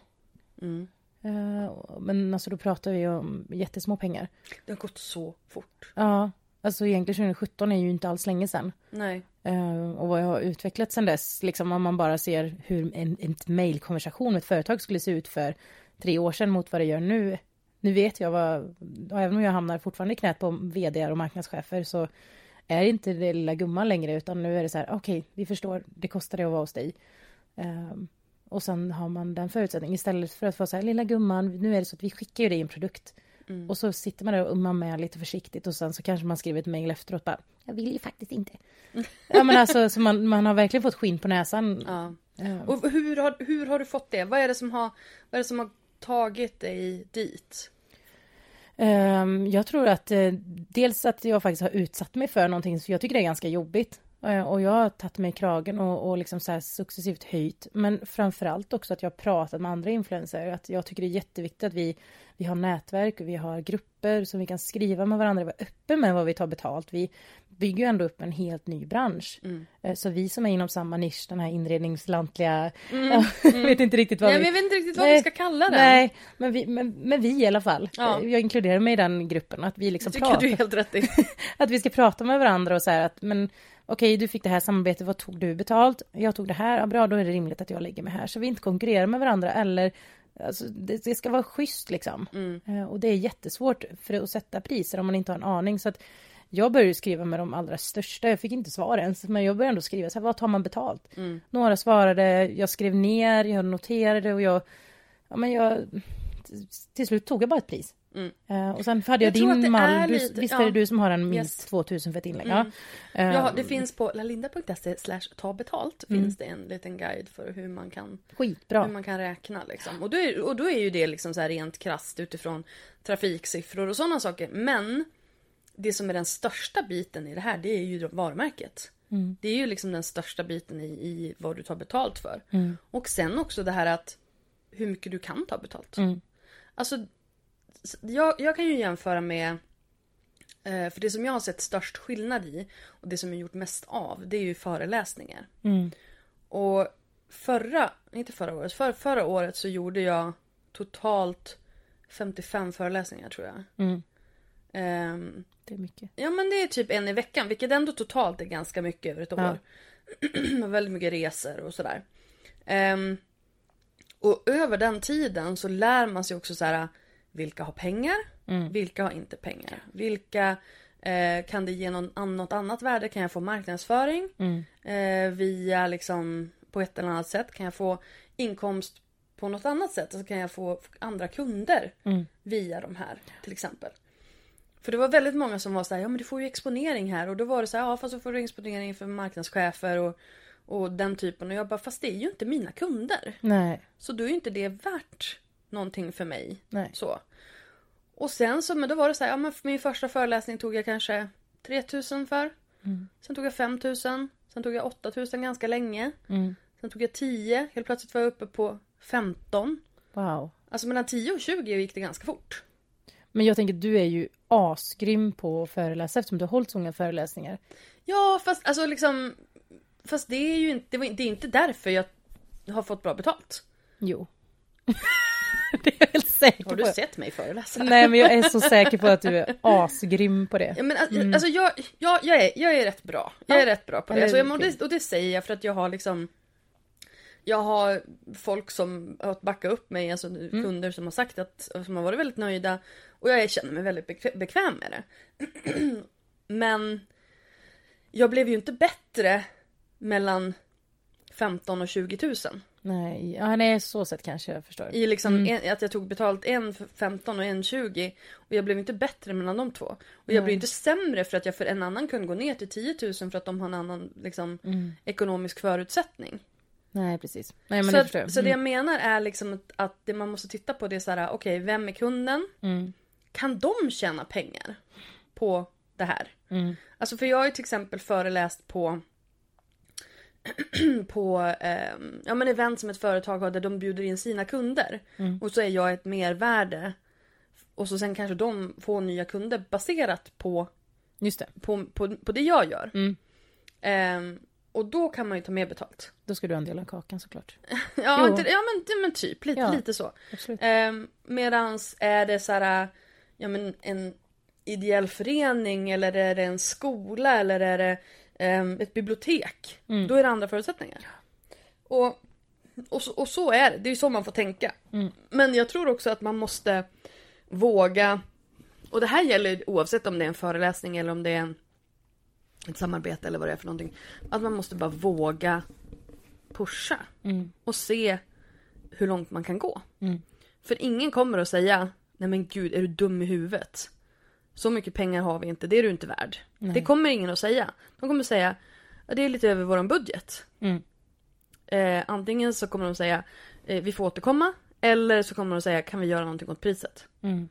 Speaker 8: Men alltså då pratar vi om jättesmå pengar.
Speaker 7: Det har gått så fort.
Speaker 8: Ja, alltså egentligen 2017 är ju inte alls länge sedan.
Speaker 7: Nej.
Speaker 8: Och vad jag har utvecklat sedan dess, liksom om man bara ser hur en mejlkonversation med ett företag skulle se ut för 3 år sedan mot vad det gör nu. Nu vet jag även om jag hamnar fortfarande i knät på vd och marknadschefer, så är det inte det lilla gumman längre, utan nu är det så här, okej, vi förstår, det kostar det att vara hos dig. Och sen har man den förutsättningen istället för att få så här, lilla gumman, nu är det så att vi skickar ju dig en produkt. Och så sitter man där och ummar med lite försiktigt, och sen så kanske man skriver ett mejl efteråt bara, jag vill ju faktiskt inte. Ja, men alltså, så man har verkligen fått skinn på näsan.
Speaker 7: Ja. Och hur har du fått det? Vad är det som har tagit dig dit?
Speaker 8: Jag tror att dels att jag faktiskt har utsatt mig för någonting, så jag tycker det är ganska jobbigt. Och jag har tagit mig i kragen och liksom så här successivt höjt. Men framförallt också att jag har pratat med andra influencer. Att jag tycker det är jätteviktigt att vi har nätverk och vi har grupper som vi kan skriva med varandra och vara öppen med vad vi tar betalt. Vi bygger ju ändå upp en helt ny bransch. Så vi som är inom samma nisch, den här inredningslantliga... vet inte riktigt vad
Speaker 7: jag vet inte riktigt vad vi ska kalla det.
Speaker 8: Nej, men vi i alla fall. Ja. Jag inkluderar mig i den gruppen. Att vi liksom
Speaker 7: pratar. Du är helt rätt i.
Speaker 8: Att vi ska prata med varandra och så här att... Men, okej, du fick det här samarbetet, vad tog du betalt? Jag tog det här, ja, bra, då är det rimligt att jag lägger mig här. Så vi inte konkurrerar med varandra, eller alltså, det ska vara schysst liksom. Och det är jättesvårt för att sätta priser om man inte har en aning. Så att jag började skriva med de allra största, jag fick inte svar ens, men jag började ändå skriva så här, vad tar man betalt? Några svarade, jag skrev ner, jag noterade och jag till slut tog jag bara ett pris. Och sen hade jag din mall. Visst är det du som har en minst 2000 för ett inlägg?
Speaker 7: Ja, det finns på lalinda.se/tabetalt finns det en liten guide för hur man kan
Speaker 8: skitbra.
Speaker 7: Hur man kan räkna liksom. Och då är ju det liksom så här rent krasst utifrån trafiksiffror och sådana saker. Men det som är den största biten i det här, det är ju varumärket. Det är ju liksom den största biten i vad du tar betalt för. Och sen också det här att hur mycket du kan ta betalt. Alltså jag kan ju jämföra med, för det som jag har sett störst skillnad i och det som jag gjort mest av, det är ju föreläsningar. Och förra året så gjorde jag totalt 55 föreläsningar tror jag.
Speaker 8: Det är mycket.
Speaker 7: Ja, men det är typ en i veckan, vilket ändå totalt är ganska mycket över ett år. Väldigt mycket resor och sådär. Och över den tiden så lär man sig också så här, vilka har pengar, vilka har inte pengar. Vilka kan det ge något annat värde? Kan jag få marknadsföring via liksom på ett eller annat sätt? Kan jag få inkomst på något annat sätt? Så kan jag få andra kunder via de här till exempel. För det var väldigt många som var så här, ja men du får ju exponering här. Och då var det så här, ja fast så får du exponering för marknadschefer och den typen. Och jag bara, fast det är ju inte mina kunder.
Speaker 8: Nej.
Speaker 7: Så då är ju inte det värt någonting för mig.
Speaker 8: Nej.
Speaker 7: Så. Och sen så, men då var det så här, ja men för min första föreläsning tog jag kanske 3000 för. Sen tog jag 5000. Sen tog jag 8000 ganska länge. Sen tog jag 10. Helt plötsligt var jag uppe på 15.
Speaker 8: Wow.
Speaker 7: Alltså mellan 10 och 20 gick det ganska fort.
Speaker 8: Men jag tänker, du är ju asgrym på att föreläsa eftersom du har hållit så många föreläsningar.
Speaker 7: Ja, fast alltså liksom... Fast det är ju inte, det är inte därför jag har fått bra betalt.
Speaker 8: Jo. Det är jag helt säker på.
Speaker 7: Har du sett mig föreläsa?
Speaker 8: Nej, men jag är så säker på att du är asgrym på det.
Speaker 7: Ja, men alltså jag är rätt bra. Jag är rätt bra på det. Alltså, och det säger jag för att jag har liksom... Jag har folk som har backat upp mig, alltså kunder som har sagt att, som har varit väldigt nöjda. Och jag känner mig väldigt bekväm med det. Men jag blev ju inte bättre mellan 15 och 20 000.
Speaker 8: Nej, så sett kanske jag förstår.
Speaker 7: I liksom att jag tog betalt en för 15 och en 20. Och jag blev inte bättre mellan de två. Och jag blev inte sämre för att jag för en annan kunde gå ner till 10 000 för att de har en annan liksom, ekonomisk förutsättning.
Speaker 8: Nej, precis. Nej, men
Speaker 7: så det jag menar är liksom att det man måste titta på det är så här, okej, vem är kunden? Kan de tjäna pengar på det här? Alltså för jag har ju till exempel föreläst på event som ett företag har där de bjuder in sina kunder. Och så är jag ett mervärde. Och så sen kanske de får nya kunder baserat på
Speaker 8: just det.
Speaker 7: På det jag gör. Och då kan man ju ta mer betalt.
Speaker 8: Då ska du ha en del av kakan såklart.
Speaker 7: men typ lite så. Medans är det så här, en ideell förening eller är det en skola eller är det ett bibliotek, då är det andra förutsättningar. Och så är det. Det är ju så man får tänka. Men jag tror också att man måste våga, och det här gäller oavsett om det är en föreläsning eller om det är ett samarbete eller vad det är för någonting, att man måste bara våga pusha och se hur långt man kan gå. För ingen kommer att säga, nej men gud, är du dum i huvudet? Så mycket pengar har vi inte, det är du inte värd. Nej. Det kommer ingen att säga. De kommer att säga, det är lite över våran budget. Antingen så kommer de säga, vi får återkomma. Eller så kommer de säga, kan vi göra någonting åt priset?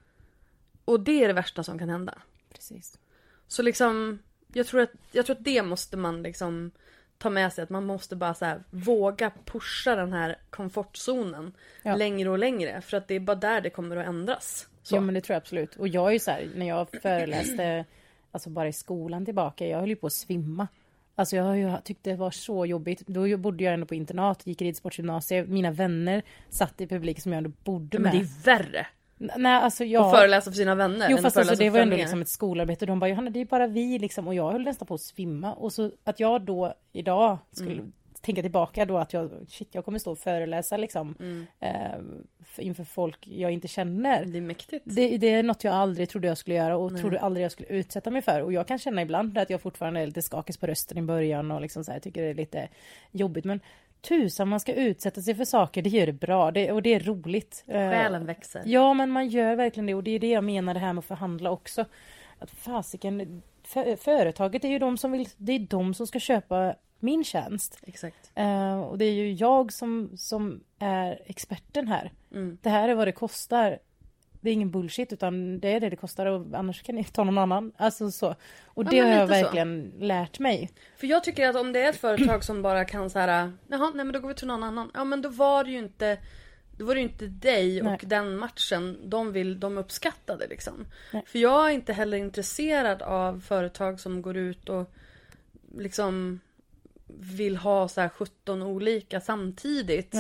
Speaker 7: Och det är det värsta som kan hända.
Speaker 8: Precis.
Speaker 7: Så liksom, jag tror att det måste man liksom ta med sig. Att man måste bara så här, våga pusha den här komfortzonen längre och längre. För att det är bara där det kommer att ändras. Så.
Speaker 8: Ja, men det tror jag absolut. Och jag är ju så här, när jag föreläste alltså bara i skolan tillbaka, jag höll ju på att svimma. Alltså jag tyckte det var så jobbigt. Då bodde jag ändå på internat, gick i ridsportgymnasiet. Mina vänner satt i publik som jag ändå bodde med.
Speaker 7: Men det är värre.
Speaker 8: Nej, alltså jag...
Speaker 7: Och föreläsa för sina vänner.
Speaker 8: Jo, fast alltså, det var ändå liksom ett skolarbete. De bara, Johanna, det är bara vi liksom. Och jag höll nästan på att svimma. Och så att jag då idag skulle tänka tillbaka då att jag kommer stå och föreläsa liksom inför folk jag inte känner.
Speaker 7: Det är mäktigt.
Speaker 8: Det är något jag aldrig trodde jag skulle göra och trodde aldrig jag skulle utsätta mig för. Och jag kan känna ibland att jag fortfarande är lite skakig på rösten i början och liksom så här, jag tycker det är lite jobbigt. Men tusan, man ska utsätta sig för saker, det gör det bra och det är roligt.
Speaker 7: Själen växer.
Speaker 8: Ja, men man gör verkligen det och det är det jag menar det här med att förhandla också. Att fasiken, företaget är ju det är de som ska köpa min tjänst.
Speaker 7: Exakt.
Speaker 8: Och det är ju jag som är experten här. Det här är vad det kostar. Det är ingen bullshit utan det är det kostar och annars kan ni ta någon annan. Alltså så. Och det har jag verkligen lärt mig.
Speaker 7: För jag tycker att om det är ett företag som bara kan så här, jaha, nej men då går vi till någon annan. Ja, men då var det ju inte dig och den matchen de uppskattade liksom. Nej. För jag är inte heller intresserad av företag som går ut och liksom vill ha så här 17 olika samtidigt.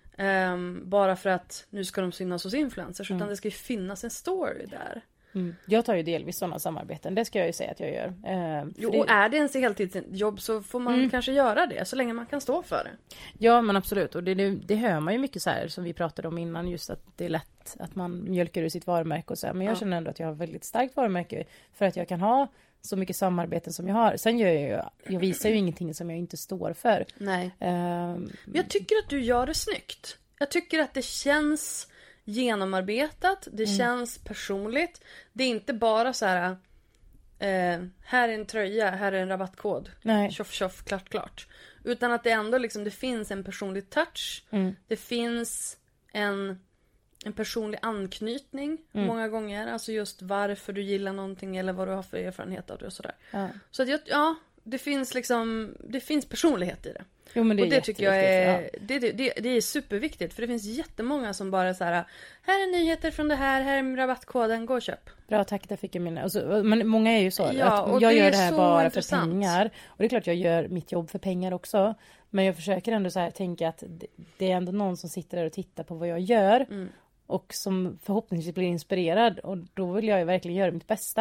Speaker 7: Bara för att nu ska de synas hos influencers. Utan det ska ju finnas en story där.
Speaker 8: Jag tar ju delvis sådana samarbeten. Det ska jag ju säga att jag gör.
Speaker 7: Och är det ens heltidsjobb så får man kanske göra det. Så länge man kan stå för det.
Speaker 8: Ja, men absolut. Och det hör man ju mycket så här som vi pratade om innan. Just att det är lätt att man mjölkar ur sitt varumärke och så här. Men jag känner ändå att jag har väldigt starkt varumärke. För att jag kan ha så mycket samarbeten som jag har. Sen gör jag visar ju ingenting som jag inte står för.
Speaker 7: Nej. Men jag tycker att du gör det snyggt. Jag tycker att det känns genomarbetat. Det känns personligt. Det är inte bara så här här är en tröja, här är en rabattkod.
Speaker 8: Nej.
Speaker 7: Tjoff, klart. Utan att det ändå liksom, det finns en personlig touch. Det finns en personlig anknytning många gånger. Alltså just varför du gillar någonting eller vad du har för erfarenhet av det och sådär. Så att det finns personlighet i det.
Speaker 8: Jo, men
Speaker 7: det tycker jag är det är superviktigt. För det finns jättemånga som bara så här är nyheter från det här är rabattkoden, gå och köp.
Speaker 8: Bra, tack, där fick jag mina. Men många är ju så. Att jag gör det här bara intressant. För pengar. Och det är klart jag gör mitt jobb för pengar också. Men jag försöker ändå så här tänka att det är ändå någon som sitter där och tittar på vad jag gör. Och som förhoppningsvis blir inspirerad. Och då vill jag ju verkligen göra mitt bästa.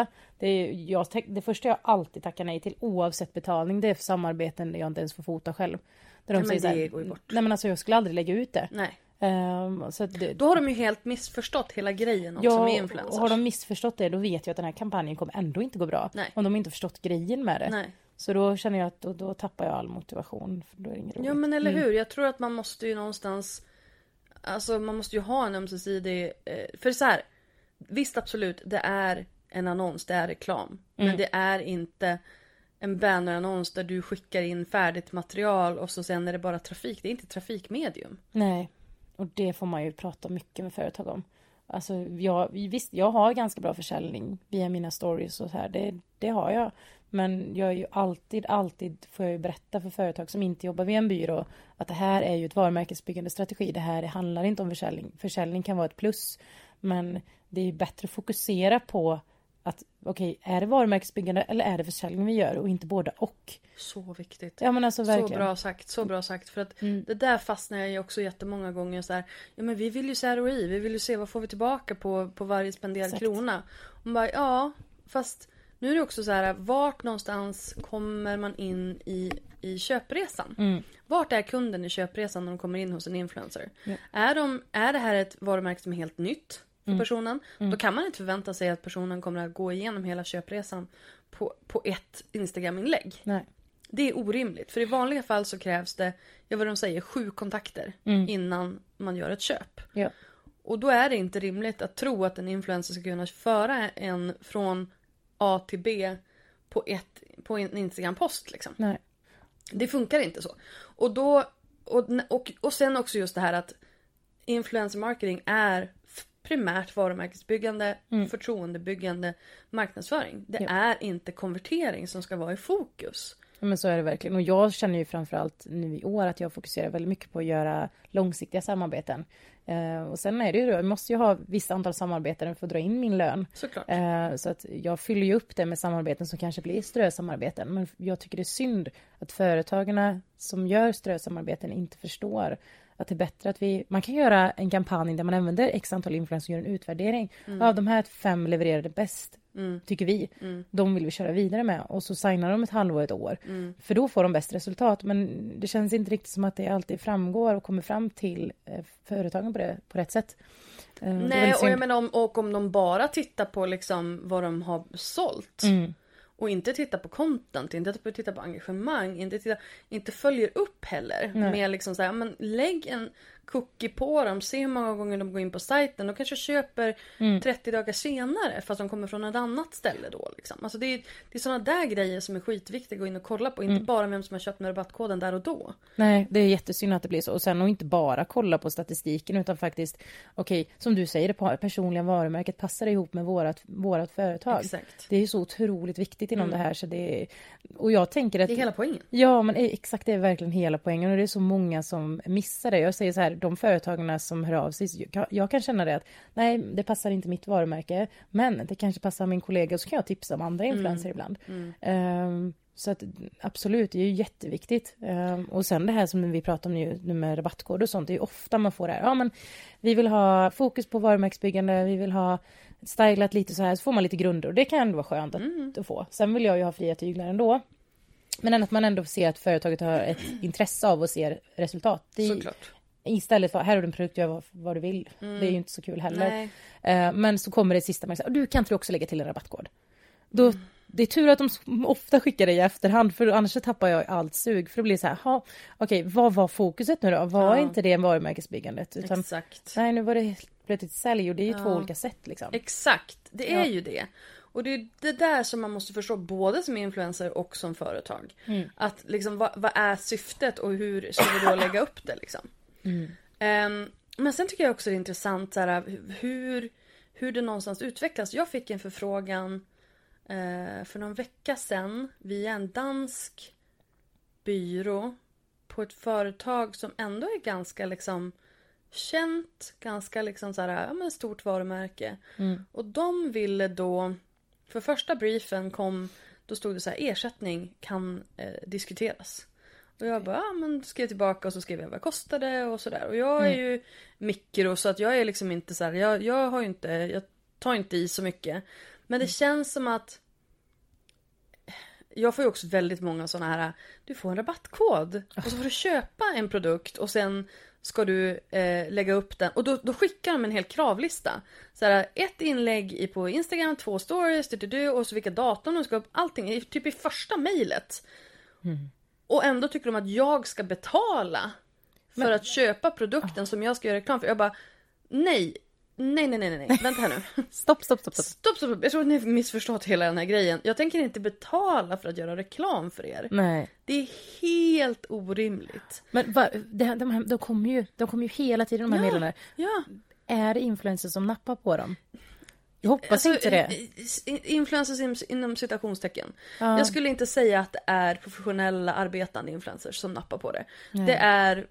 Speaker 8: Det första jag alltid tackar nej till oavsett betalning, det är för samarbeten där jag inte ens får fota själv. Där de säger
Speaker 7: det går ju bort.
Speaker 8: Nej, men alltså jag skulle aldrig lägga ut det.
Speaker 7: Nej.
Speaker 8: Så
Speaker 7: då har de ju helt missförstått hela grejen också med influencers.
Speaker 8: Och har de missförstått det, då vet jag att den här kampanjen kommer ändå inte gå bra.
Speaker 7: Nej.
Speaker 8: Om de inte förstått grejen med det.
Speaker 7: Nej.
Speaker 8: Så då känner jag att då tappar jag all motivation. För då är det inget roligt.
Speaker 7: Ja, men eller hur? Jag tror att man måste ju någonstans... Alltså man måste ju ha en ömsesidig... För så här, visst absolut, det är en annons, det är reklam. Men det är inte en bannerannons där du skickar in färdigt material och så sen är det bara trafik. Det är inte trafikmedium.
Speaker 8: Nej, och det får man ju prata mycket med företag om. Alltså jag har ganska bra försäljning via mina stories och så här. Det har jag. Men jag är ju alltid får jag ju berätta för företag som inte jobbar vid en byrå att det här är ju ett varumärkesbyggande strategi. Det här handlar inte om försäljning. Försäljning kan vara ett plus. Men det är bättre att fokusera på att okej, är det varumärkesbyggande eller är det försäljning vi gör och inte båda och.
Speaker 7: Så viktigt.
Speaker 8: Ja, men alltså verkligen.
Speaker 7: Så bra sagt. För att det där fastnar jag ju också jättemånga gånger så här. Ja, men vi vill ju se ROI. Vi vill ju se vad får vi tillbaka på varje spenderad krona. Och bara, ja, fast nu är det också så här, vart någonstans kommer man in i köpresan? Vart är kunden i köpresan när de kommer in hos en influencer? Ja. Är det här ett varumärke som är helt nytt för personen? Då kan man inte förvänta sig att personen kommer att gå igenom hela köpresan på ett Instagram-inlägg. Nej. Det är orimligt. För i vanliga fall så krävs det, vad de säger, 7 kontakter innan man gör ett köp. Ja. Och då är det inte rimligt att tro att en influencer ska kunna föra en från A till B på en Instagram-post liksom. Nej. Det funkar inte så. Och sen också just det här att influencer marketing är primärt varumärkesbyggande, förtroendebyggande marknadsföring. Det är inte konvertering som ska vara i fokus.
Speaker 8: Ja, men så är det verkligen. Och jag känner ju framförallt nu i år att jag fokuserar väldigt mycket på att göra långsiktiga samarbeten. Och sen är det ju då, jag måste ju ha vissa antal samarbeten för att dra in min lön.
Speaker 7: Såklart.
Speaker 8: Så att jag fyller ju upp det med samarbeten som kanske blir strösamarbeten. Men jag tycker det är synd att företagarna som gör strösamarbeten inte förstår att det är bättre att man kan göra en kampanj där man använder x antal influencers och gör en utvärdering. Av de här 5 levererade bäst, tycker vi. De vill vi köra vidare med. Och så signar de ett halvår, ett år. För då får de bäst resultat. Men det känns inte riktigt som att det alltid framgår och kommer fram till företagen på rätt sätt.
Speaker 7: Nej, och jag menar om de bara tittar på liksom vad de har sålt. Och inte titta på content, inte titta på engagemang, inte följer upp heller. Nej. Med liksom så här, men lägg en cookie på dem, se hur många gånger de går in på sajten. De kanske köper 30 dagar senare fast de kommer från ett annat ställe då liksom. Alltså det är sådana där grejer som är skitviktiga att gå in och kolla på, inte bara vem som har köpt med rabattkoden där och då. Nej,
Speaker 8: det är jättesynd att det blir så. Och sen inte bara kolla på statistiken utan faktiskt, som du säger, det personliga varumärket passar ihop med vårat företag.
Speaker 7: Exakt.
Speaker 8: Det är så otroligt viktigt inom det här, så och jag tänker att
Speaker 7: det är hela poängen.
Speaker 8: Ja, men exakt, det är verkligen hela poängen och det är så många som missar det. Jag säger så här, de företagarna som hör av sig, jag kan känna det att nej, det passar inte mitt varumärke, men det kanske passar min kollega och så kan jag tipsa om andra influencer ibland. Så att absolut, det är ju jätteviktigt. Och sen det här som vi pratar om nu med rabattkod och sånt, det är ju ofta man får det här. Ja, men vi vill ha fokus på varumärkesbyggande, vi vill ha stylat lite så här, så får man lite grunder och det kan ändå vara skönt att få. Sen vill jag ju ha fria tyglar ändå. Men att man ändå ser att företaget har ett intresse av att se resultat.
Speaker 7: Såklart.
Speaker 8: Istället för, här har du en produkt, gör vad du vill. Det är ju inte så kul heller. Men så kommer det sista med, du kan inte också lägga till en rabattkod. Då, det är tur att de ofta skickar det i efterhand, för annars så tappar jag allt sug. För det blir så här, okej, vad var fokuset nu då? Var inte det varumärkesbyggandet? Utan,
Speaker 7: exakt.
Speaker 8: Nej, nu var det plötsligt sälj och det är ju 2 olika sätt liksom.
Speaker 7: Exakt, det är ju det. Och det är det där som man måste förstå både som influencer och som företag. Att liksom, vad är syftet och hur ska vi då lägga upp det liksom? Men sen tycker jag också det är intressant så här, hur det någonstans utvecklas. Jag fick en förfrågan för någon vecka sedan via en dansk byrå på ett företag som ändå är ganska liksom känt, ganska liksom så här, men stort varumärke. Och de ville då, för första briefen då stod det så här, ersättning kan diskuteras. Och jag bara, men skrev tillbaka och så skrev jag vad kostade och sådär. Och jag är ju mikro så att jag är liksom inte så här, jag tar inte i så mycket. Men det känns som att jag får ju också väldigt många sådana här, du får en rabattkod och så får du köpa en produkt och sen ska du lägga upp den. Och då skickar de en hel kravlista. Så här, 1 inlägg på Instagram, 2 stories, och så vilka datum de ska upp. Allting, typ i första mejlet. Och ändå tycker de att jag ska betala för att köpa produkten som jag ska göra reklam för. Jag bara, nej. Vänta här nu.
Speaker 8: Stopp.
Speaker 7: Jag tror att ni har missförstått hela den här grejen. Jag tänker inte betala för att göra reklam för er.
Speaker 8: Nej.
Speaker 7: Det är helt orimligt.
Speaker 8: Men de kommer ju hela tiden, de här meddelandena.
Speaker 7: Ja.
Speaker 8: Är det influencers som nappar på dem? Jag hoppas inte det.
Speaker 7: Influencers inom citationstecken. Ja. Jag skulle inte säga att det är professionella arbetande influencers som nappar på det. Nej. Det är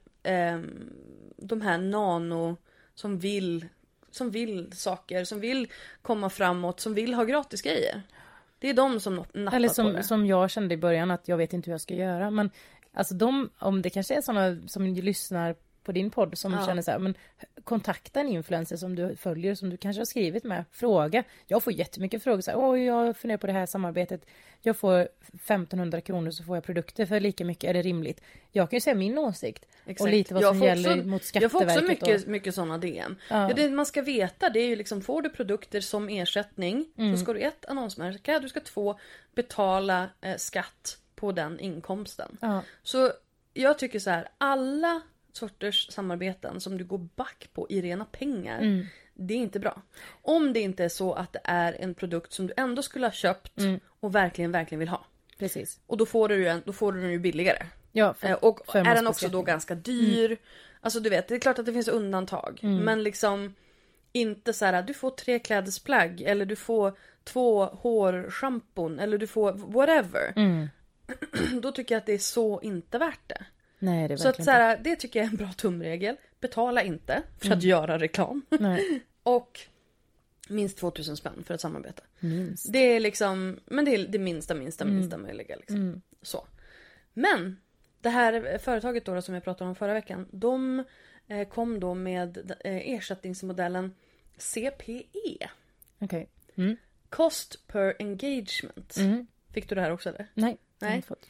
Speaker 7: de här nano som vill saker, som vill komma framåt, som vill ha gratis grejer. Det är de som nappar
Speaker 8: eller
Speaker 7: på det.
Speaker 8: Som jag kände i början att jag vet inte hur jag ska göra. Men alltså om det kanske är sådana som lyssnar på din podd som känner så här, men kontakta en influencer som du följer, som du kanske har skrivit med, fråga. Jag får jättemycket frågor så här, jag funderar på det här samarbetet. Jag får 1500 kronor så får jag produkter för lika mycket, är det rimligt? Jag kan ju säga min åsikt. Exakt. Och lite vad som gäller mot Skatteverket.
Speaker 7: Jag får också mycket sådana DM. Ja. Det man ska veta, det är ju liksom, får du produkter som ersättning så ska du 1 annonsmärka, du ska 2 betala skatt på den inkomsten. Ja. Så jag tycker så här, alla sorters samarbeten som du går back på i rena pengar, det är inte bra. Om det inte är så att det är en produkt som du ändå skulle ha köpt och verkligen vill ha.
Speaker 8: Precis.
Speaker 7: Och då får du den ju billigare.
Speaker 8: Ja,
Speaker 7: och är den också då ganska dyr. Alltså du vet, det är klart att det finns undantag. Men liksom inte så här, du får 3 klädesplagg eller du får 2 hårschampon eller du får whatever. Då tycker jag att det är så inte värt det.
Speaker 8: Nej, det är
Speaker 7: så att så här, det tycker jag är en bra tumregel. Betala inte för att göra reklam. Nej. Och minst 2000 spänn för ett samarbete.
Speaker 8: Minst.
Speaker 7: Det är liksom, men det är det minsta möjliga liksom. Så. Men det här företaget då som jag pratade om förra veckan, de kom då med ersättningsmodellen CPE.
Speaker 8: Okej.
Speaker 7: Cost per engagement. Fick du det här också eller?
Speaker 8: Nej.
Speaker 7: Jag har inte fått.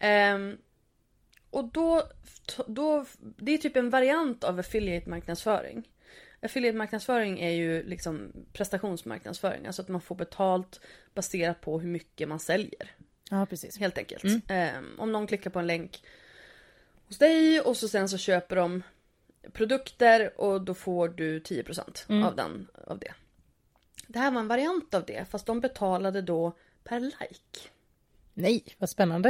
Speaker 7: Och då det är typ en variant av affiliate-marknadsföring. Affiliate-marknadsföring är ju liksom prestationsmarknadsföring. Alltså att man får betalt baserat på hur mycket man säljer.
Speaker 8: Ja, precis.
Speaker 7: Helt enkelt. Om någon klickar på en länk hos dig och så sen så köper de produkter och då får du 10% av det. Det här var en variant av det, fast de betalade då per like.
Speaker 8: Nej, vad spännande.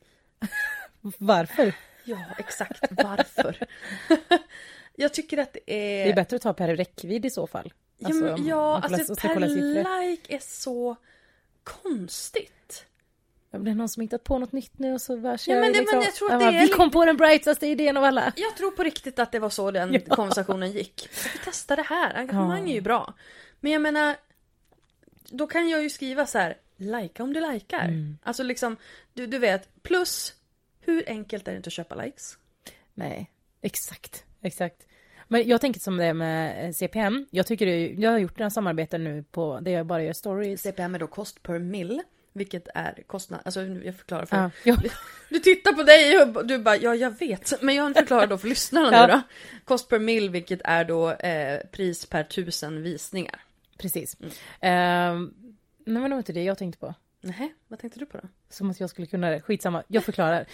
Speaker 8: Varför?
Speaker 7: Ja, exakt. Varför? Jag tycker att det är...
Speaker 8: Det är bättre att ta per räckvidd i så fall.
Speaker 7: Alltså per like är så konstigt.
Speaker 8: Det är någon som hittat på något nytt nu och så bara
Speaker 7: kör men jag tror att
Speaker 8: vi kom på den brightaste idén av alla.
Speaker 7: Jag tror på riktigt att det var så den konversationen gick. Vi testar det här. Engagemang är ju bra. Men jag menar, då kan jag ju skriva så här, likea om du likar. Alltså liksom, du vet, plus hur enkelt är det inte att köpa likes?
Speaker 8: Nej, exakt. Men jag tänker som det är med CPM. Jag har gjort några samarbeten nu på det jag bara gör stories.
Speaker 7: CPM är då cost per mil, vilket är kostnad. Alltså jag förklarar för du tittar på dig och du bara, jag vet. Men jag förklarar då för lyssnarna nu då. Cost per mil, vilket är då pris per 1000 visningar.
Speaker 8: Precis. Nej, men det var inte det jag tänkte på.
Speaker 7: Nej, vad tänkte du på då?
Speaker 8: Som att jag skulle kunna det. Skitsamma, jag förklarar.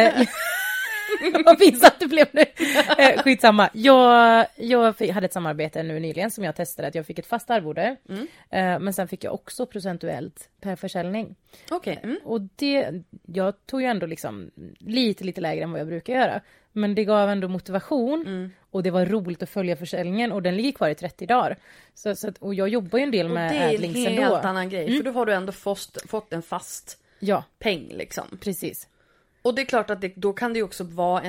Speaker 8: Vad pinsamt det blev nu. Skitsamma. Jag hade ett samarbete nu nyligen som jag testade. Att jag fick ett fast arvode. Men sen fick jag också procentuellt per försäljning.
Speaker 7: Okej.
Speaker 8: Och jag tog ju ändå liksom lite lägre än vad jag brukar göra. Men det gav ändå motivation. Och det var roligt att följa försäljningen. Och den ligger kvar i 30 dagar. Och jag jobbar ju en del med AdLinks ändå.
Speaker 7: Och det är en helt annan grej. För då har du ändå fått en fast peng liksom.
Speaker 8: Precis.
Speaker 7: Och det är klart att då kan det ju också vara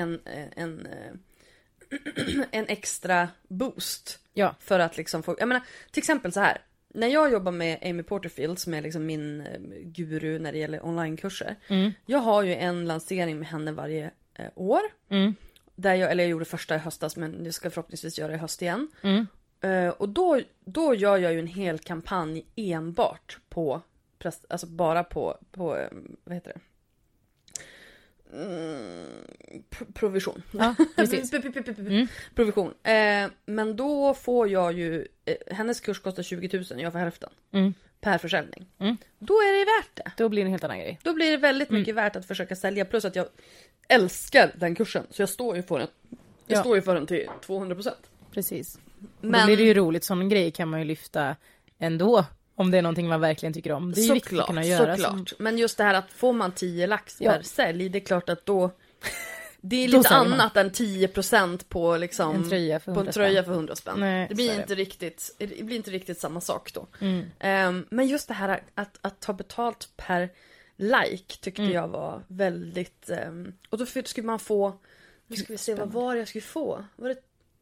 Speaker 7: en extra boost.
Speaker 8: Ja.
Speaker 7: För att liksom få... Jag menar, till exempel så här. När jag jobbar med Amy Porterfield, som är liksom min guru när det gäller onlinekurser. Jag har ju en lansering med henne varje år. Där jag gjorde första i höstas, men jag ska förhoppningsvis göra i höst igen. Och då gör jag ju en hel kampanj enbart på... Alltså bara på vad heter det? provision.
Speaker 8: Ja, precis.
Speaker 7: Provision. Men då får jag ju, hennes kurs kostar 20 000, jag får hälften. Per försäljning. Då är det värt det.
Speaker 8: Då blir det en helt annan grej.
Speaker 7: Då blir det väldigt mycket värt att försöka sälja. Plus att jag älskar den kursen. Så jag står ju för den. Jag står ju för den till 200%.
Speaker 8: Precis. Men då blir det ju roligt. Sån grej kan man ju lyfta ändå. Om det är någonting man verkligen tycker om. Det är ju viktigt att kunna göra.
Speaker 7: Såklart. Men just det här att får man 10 lax per sälj. Det är klart att då... Det är lite annat än 10% på liksom
Speaker 8: en tröja för 100 spänn.
Speaker 7: Nej, det blir inte riktigt samma sak då. Men just det här att ta betalt per like tyckte jag var väldigt... och då skulle man få... Nu ska vi se, vad var det jag skulle få? Var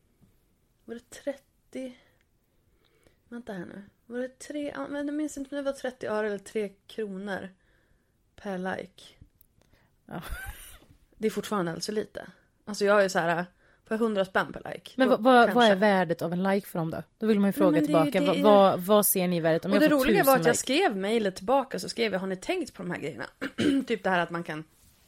Speaker 7: det 30... Vänta här nu. Var det 3... Men jag minns inte om det var 30 öre eller 3 kronor per like.
Speaker 8: Ja.
Speaker 7: Det är fortfarande alltså lite. Alltså jag är så här, får jag 100 spänn per like.
Speaker 8: Men vad är värdet av en like för dem då? Då vill man ju fråga tillbaka. Vad ser ni värdet om?
Speaker 7: Och det roliga var att jag skrev mejlet tillbaka, så skrev jag, har ni tänkt på de här grejerna? Typ det här att man kan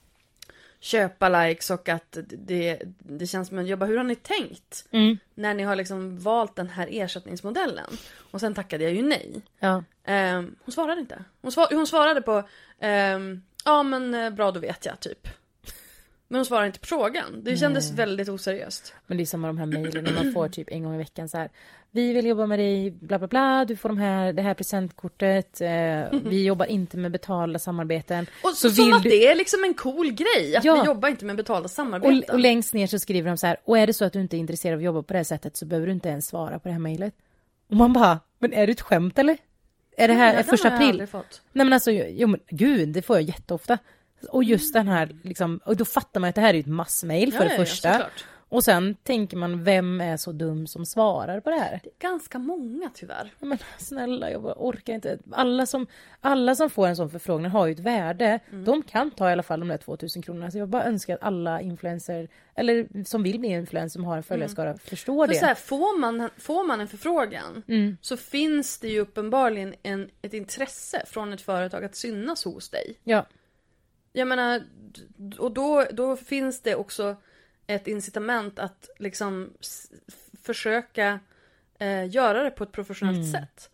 Speaker 7: köpa likes och att det känns som en jobba. Hur har ni tänkt? När ni har liksom valt den här ersättningsmodellen? Och sen tackade jag ju nej.
Speaker 8: Ja.
Speaker 7: Hon svarade inte. Hon svarade på ja men bra, då vet jag typ. Men hon svarade inte på frågan. Det kändes väldigt oseriöst.
Speaker 8: Men det är som de här mejlen man får typ en gång i veckan så här: vi vill jobba med dig, bla bla bla, du får det här presentkortet, vi jobbar inte med betalda samarbeten.
Speaker 7: Och så som att det är liksom en cool grej, att vi jobbar inte med betalda samarbeten.
Speaker 8: Och längst ner så skriver de så här: och är det så att du inte är intresserad av att jobba på det här sättet så behöver du inte ens svara på det här mejlet. Och man bara, men är det ett skämt eller? Är det här 1 april? Nej men alltså, men gud, det får jag jätteofta. Och just den här liksom, och då fattar man att det här är ett massmail för det första.
Speaker 7: Såklart.
Speaker 8: Och sen tänker man, vem är så dum som svarar på det här?
Speaker 7: Det är ganska många tyvärr.
Speaker 8: Men snälla, jag bara orkar inte. Alla som får en sån förfrågan har ju ett värde. De kan ta i alla fall de där 2000 kronorna. Så jag bara önskar att alla influencer, eller som vill bli influencer, som har en följarskara, förstår det.
Speaker 7: Så här, får man en förfrågan så finns det ju uppenbarligen ett intresse från ett företag att synas hos dig.
Speaker 8: Ja.
Speaker 7: Jag menar, och då finns det också ett incitament att liksom försöka göra det på ett professionellt sätt.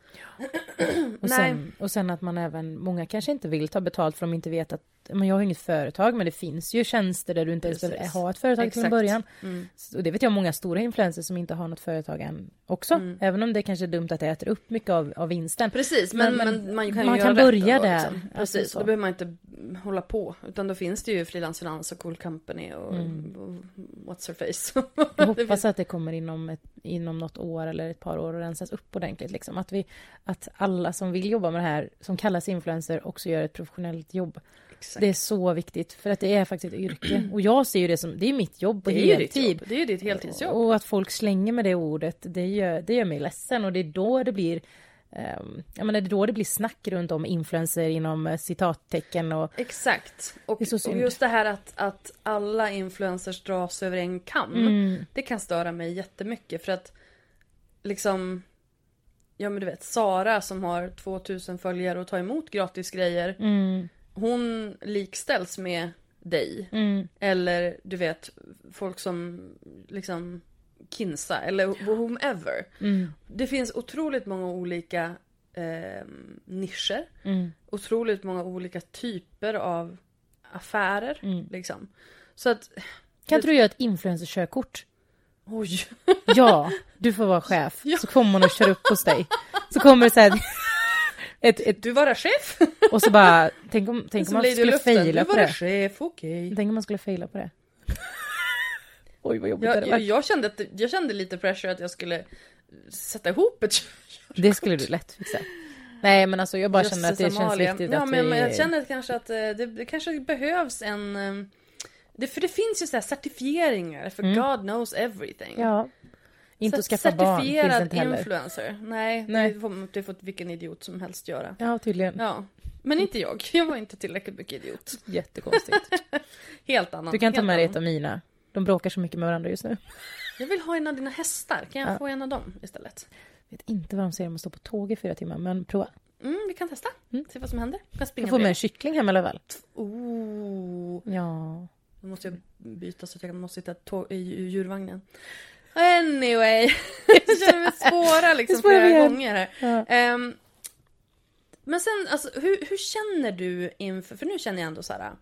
Speaker 8: Och sen att man även, många kanske inte vill ta betalt för de inte vet att, men jag har inget företag, men det finns ju tjänster där du inte ens vill ha ett företag till en början. Och det vet jag många stora influencers som inte har något företag än också. Även om det kanske är dumt att det äter upp mycket av vinsten.
Speaker 7: Precis, men man kan
Speaker 8: kan börja där.
Speaker 7: Liksom. Precis, alltså, då behöver man inte hålla på. Utan då finns det ju Frilansfinans och Cool Company och What's Her Face.
Speaker 8: Jag hoppas att det kommer inom något år eller ett par år och rensas upp ordentligt. Liksom. Att alla som vill jobba med det här, som kallas influencer, också gör ett professionellt jobb. Exakt. Det är så viktigt, för att det är faktiskt ett yrke. Och jag ser ju det som, det är mitt jobb på heltid.
Speaker 7: Det är ju ditt heltidsjobb.
Speaker 8: Och att folk slänger med det ordet, det gör mig ledsen. Och det är då det blir det är då det blir snack runt om influencer inom citattecken.
Speaker 7: Exakt. Och just det här att alla influencers dras över en kam, det kan störa mig jättemycket. För att liksom, ja men du vet, Sara som har 2000 följare och tar emot gratis grejer, hon likställs med dig. Eller du vet, folk som liksom Kinsa eller whomever. Det finns otroligt många olika nischer. Otroligt många olika typer av affärer. Liksom. Så att,
Speaker 8: kan inte du göra ett influencer-körkort?
Speaker 7: Oj.
Speaker 8: Ja, du får vara chef. Ja. Så kommer man och kör upp hos dig. Så kommer det så här...
Speaker 7: Du var chef.
Speaker 8: Och så bara, tänk om man skulle fejla på det.
Speaker 7: Chef, okay.
Speaker 8: Tänk om man skulle fejla på det. Oj, vad jobbigt det var.
Speaker 7: Jag kände lite pressure att jag skulle sätta ihop ett körkort.
Speaker 8: Det skulle du lätt fixa. Nej, men alltså jag bara känner att det känns viktigt att
Speaker 7: men jag känner kanske att det kanske behövs för det finns ju så här certifieringar för God knows everything.
Speaker 8: Ja. Inte att skaffa barn finns det inte heller.
Speaker 7: Influencer. Nej. Det får vilken idiot som helst göra.
Speaker 8: Ja, tydligen.
Speaker 7: Ja. Men inte jag. Jag var inte tillräckligt mycket idiot.
Speaker 8: Jättekonstigt.
Speaker 7: Helt annat.
Speaker 8: Du kan ta med dig ett av mina. De bråkar så mycket med varandra just nu.
Speaker 7: Jag vill ha en av dina hästar. Kan jag få en av dem istället?
Speaker 8: Jag vet inte vad de säger om att stå på tåg i 4 timmar. Men prova.
Speaker 7: Vi kan testa. Se vad som händer.
Speaker 8: Jag får med en kyckling hem i alla fall.
Speaker 7: Oh.
Speaker 8: Ja.
Speaker 7: Nu måste jag byta så att jag måste sitta i djurvagnen. Anyway. Jag känner mig svåra liksom flera gånger här. Ja. Men sen, alltså, hur känner du inför... För nu känner jag ändå så här...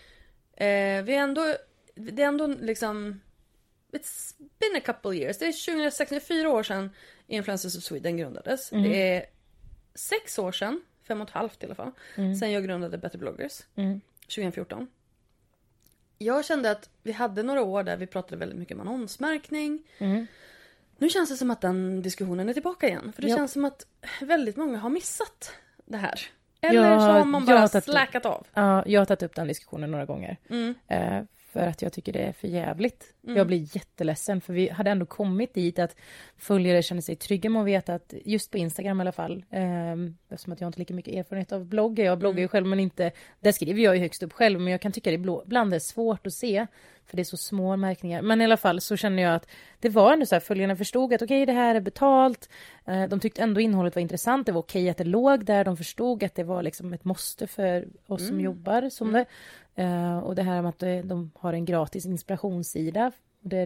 Speaker 7: det är ändå liksom... It's been a couple years. Det är 2016, 4 år sedan Influencers of Sweden grundades. Det är 6 år sedan, 5,5 i alla fall. Sen jag grundade Better Bloggers. 2014. Jag kände att vi hade några år där vi pratade väldigt mycket om annonsmärkning. Nu känns det som att den diskussionen är tillbaka igen. För det känns som att väldigt många har missat det här. Eller så har man bara släkat av.
Speaker 8: Ja, jag har tagit upp den diskussionen några gånger. För att jag tycker det är för jävligt. Jag blir jätteledsen. För vi hade ändå kommit dit att följare känner sig trygga med att veta att just på Instagram i alla fall. Eftersom att jag inte har lika mycket erfarenhet av bloggar. Jag bloggar ju själv men inte... Där skriver jag ju högst upp själv. Men jag kan tycka det ibland är svårt att se. För det är så små märkningar. Men i alla fall så känner jag att det var ändå så här. Följarna förstod att okej, det här är betalt. De tyckte ändå innehållet var intressant. Det var okej att det låg där. De förstod att det var liksom ett måste för oss som jobbar som det. Och det här med att de har en gratis inspirationssida.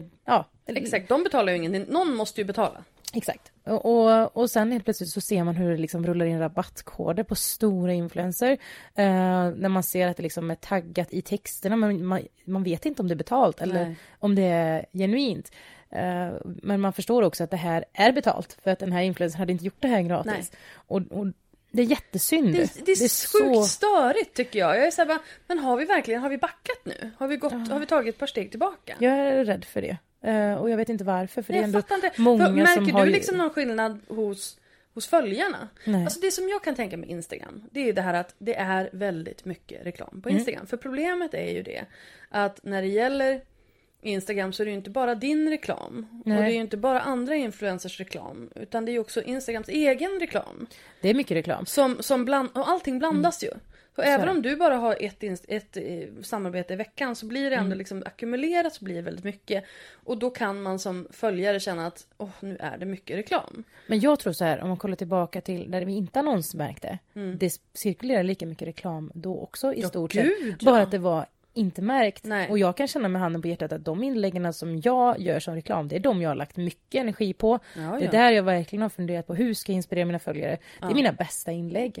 Speaker 7: Exakt, de betalar ju ingenting. Någon måste ju betala.
Speaker 8: Exakt. Och sen helt plötsligt så ser man hur det liksom rullar in rabattkoder på stora influencer. När man ser att det liksom är taggat i texterna. Man vet inte om det är betalt eller om det är genuint. Men man förstår också att det här är betalt. För att den här influencern hade inte gjort det här gratis. Och det är jättesynd.
Speaker 7: Det är sjukt störigt tycker jag. Jag är så här bara, men har vi backat nu? Har vi tagit ett par steg tillbaka?
Speaker 8: Jag är rädd för det. Och jag vet inte varför. För det är ändå många som har...
Speaker 7: Märker du liksom någon skillnad hos följarna? Nej. Alltså det som jag kan tänka med Instagram, det är det här att det är väldigt mycket reklam på Instagram. För problemet är ju det att när det gäller Instagram så är det ju inte bara din reklam. Nej. Och det är ju inte bara andra influencers reklam. Utan det är ju också Instagrams egen reklam.
Speaker 8: Det är mycket reklam.
Speaker 7: Och allting blandas ju. Så även om du bara har ett samarbete i veckan så blir det ändå liksom ackumulerat, så blir det väldigt mycket. Och då kan man som följare känna att nu är det mycket reklam.
Speaker 8: Men jag tror så här, om man kollar tillbaka till där vi inte annonsmärkte. Det cirkulerar lika mycket reklam då också i stort sett. Bara att det var inte märkt. Nej. Och jag kan känna med handen på hjärtat att de inläggen som jag gör som reklam, det är de jag har lagt mycket energi på. Det är där jag verkligen har funderat på hur ska jag inspirera mina följare. Det är mina bästa inlägg.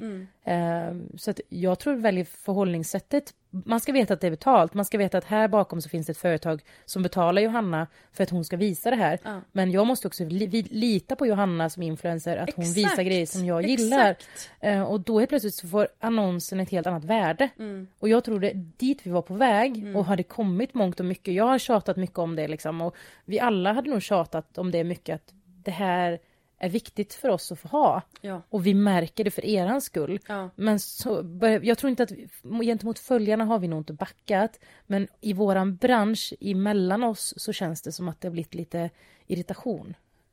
Speaker 8: Så att jag tror väljer förhållningssättet. Man ska veta att det är betalt. Man ska veta att här bakom så finns det ett företag som betalar Johanna för att hon ska visa det här. Men jag måste också lita på Johanna som influencer att hon visar grejer som jag gillar. Och då helt plötsligt så får annonsen ett helt annat värde. Och jag tror det är dit vi var på väg och hade kommit mångt och mycket. Jag har tjatat mycket om det liksom, och vi alla hade nog tjatat om det mycket, att det här är viktigt för oss att få ha. Och vi märker det för erans skull. Men jag tror inte att gentemot följarna har vi nog inte backat. Men i våran bransch emellan oss så känns det som att det har blivit lite irritation.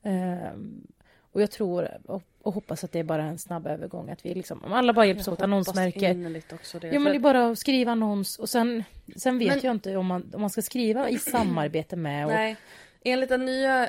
Speaker 8: Och jag tror och hoppas att det är bara en snabb övergång. Att vi liksom, om alla bara hjälps åt annonsmärke. Men det är bara att skriva annons. Och sen vet jag inte om man ska skriva i samarbete med.
Speaker 7: Nej, enligt den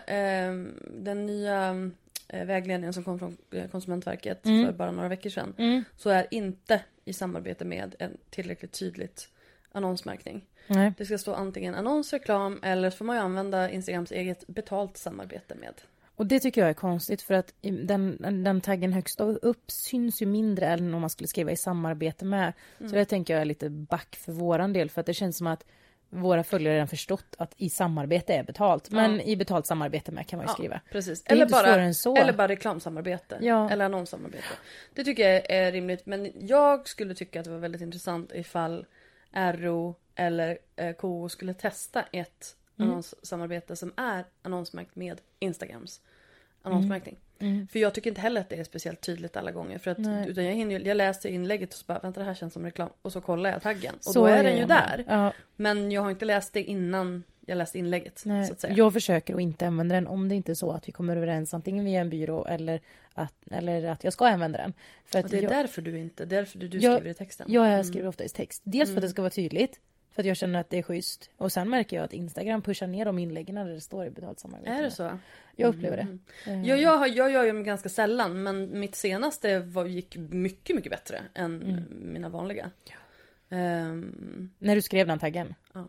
Speaker 7: nya vägledningen som kom från Konsumentverket för bara några veckor sedan, så är inte i samarbete med en tillräckligt tydligt annonsmärkning. Det ska stå antingen annonsreklam eller så får man ju använda Instagrams eget betalt samarbete med.
Speaker 8: Och det tycker jag är konstigt, för att den taggen högst upp syns ju mindre än om man skulle skriva i samarbete med. Så det tänker jag är lite back för våran del, för att det känns som att våra följare har redan förstått att i samarbete är betalt. Men i betalt samarbete med kan man ju skriva.
Speaker 7: Precis.
Speaker 8: Eller
Speaker 7: bara reklamsamarbete. Eller annonssamarbete. Det tycker jag är rimligt. Men jag skulle tycka att det var väldigt intressant ifall RO eller KO skulle testa ett annonssamarbete som är annonsmärkt med Instagrams annonsmärkning. För jag tycker inte heller att det är speciellt tydligt alla gånger. För att, utan jag läste inlägget och så bara, vänta, det här känns som reklam. Och så kollar jag taggen. Och så då är den ju där. Men jag har inte läst det innan jag läste inlägget. Så att säga.
Speaker 8: Jag försöker att inte använda den om det inte är så att vi kommer överens antingen via en byrå eller att jag ska använda den. För att
Speaker 7: det är därför du skriver i texten.
Speaker 8: Jag skriver ofta i text. Dels för att det ska vara tydligt. För att jag känner att det är schysst. Och sen märker jag att Instagram pushar ner de inläggen där det står i betalt samarbete.
Speaker 7: Är det så?
Speaker 8: Jag upplever det.
Speaker 7: Jag gör ju ganska sällan. Men mitt senaste gick mycket, mycket bättre än mina vanliga.
Speaker 8: När du skrev den taggen?
Speaker 7: Ja.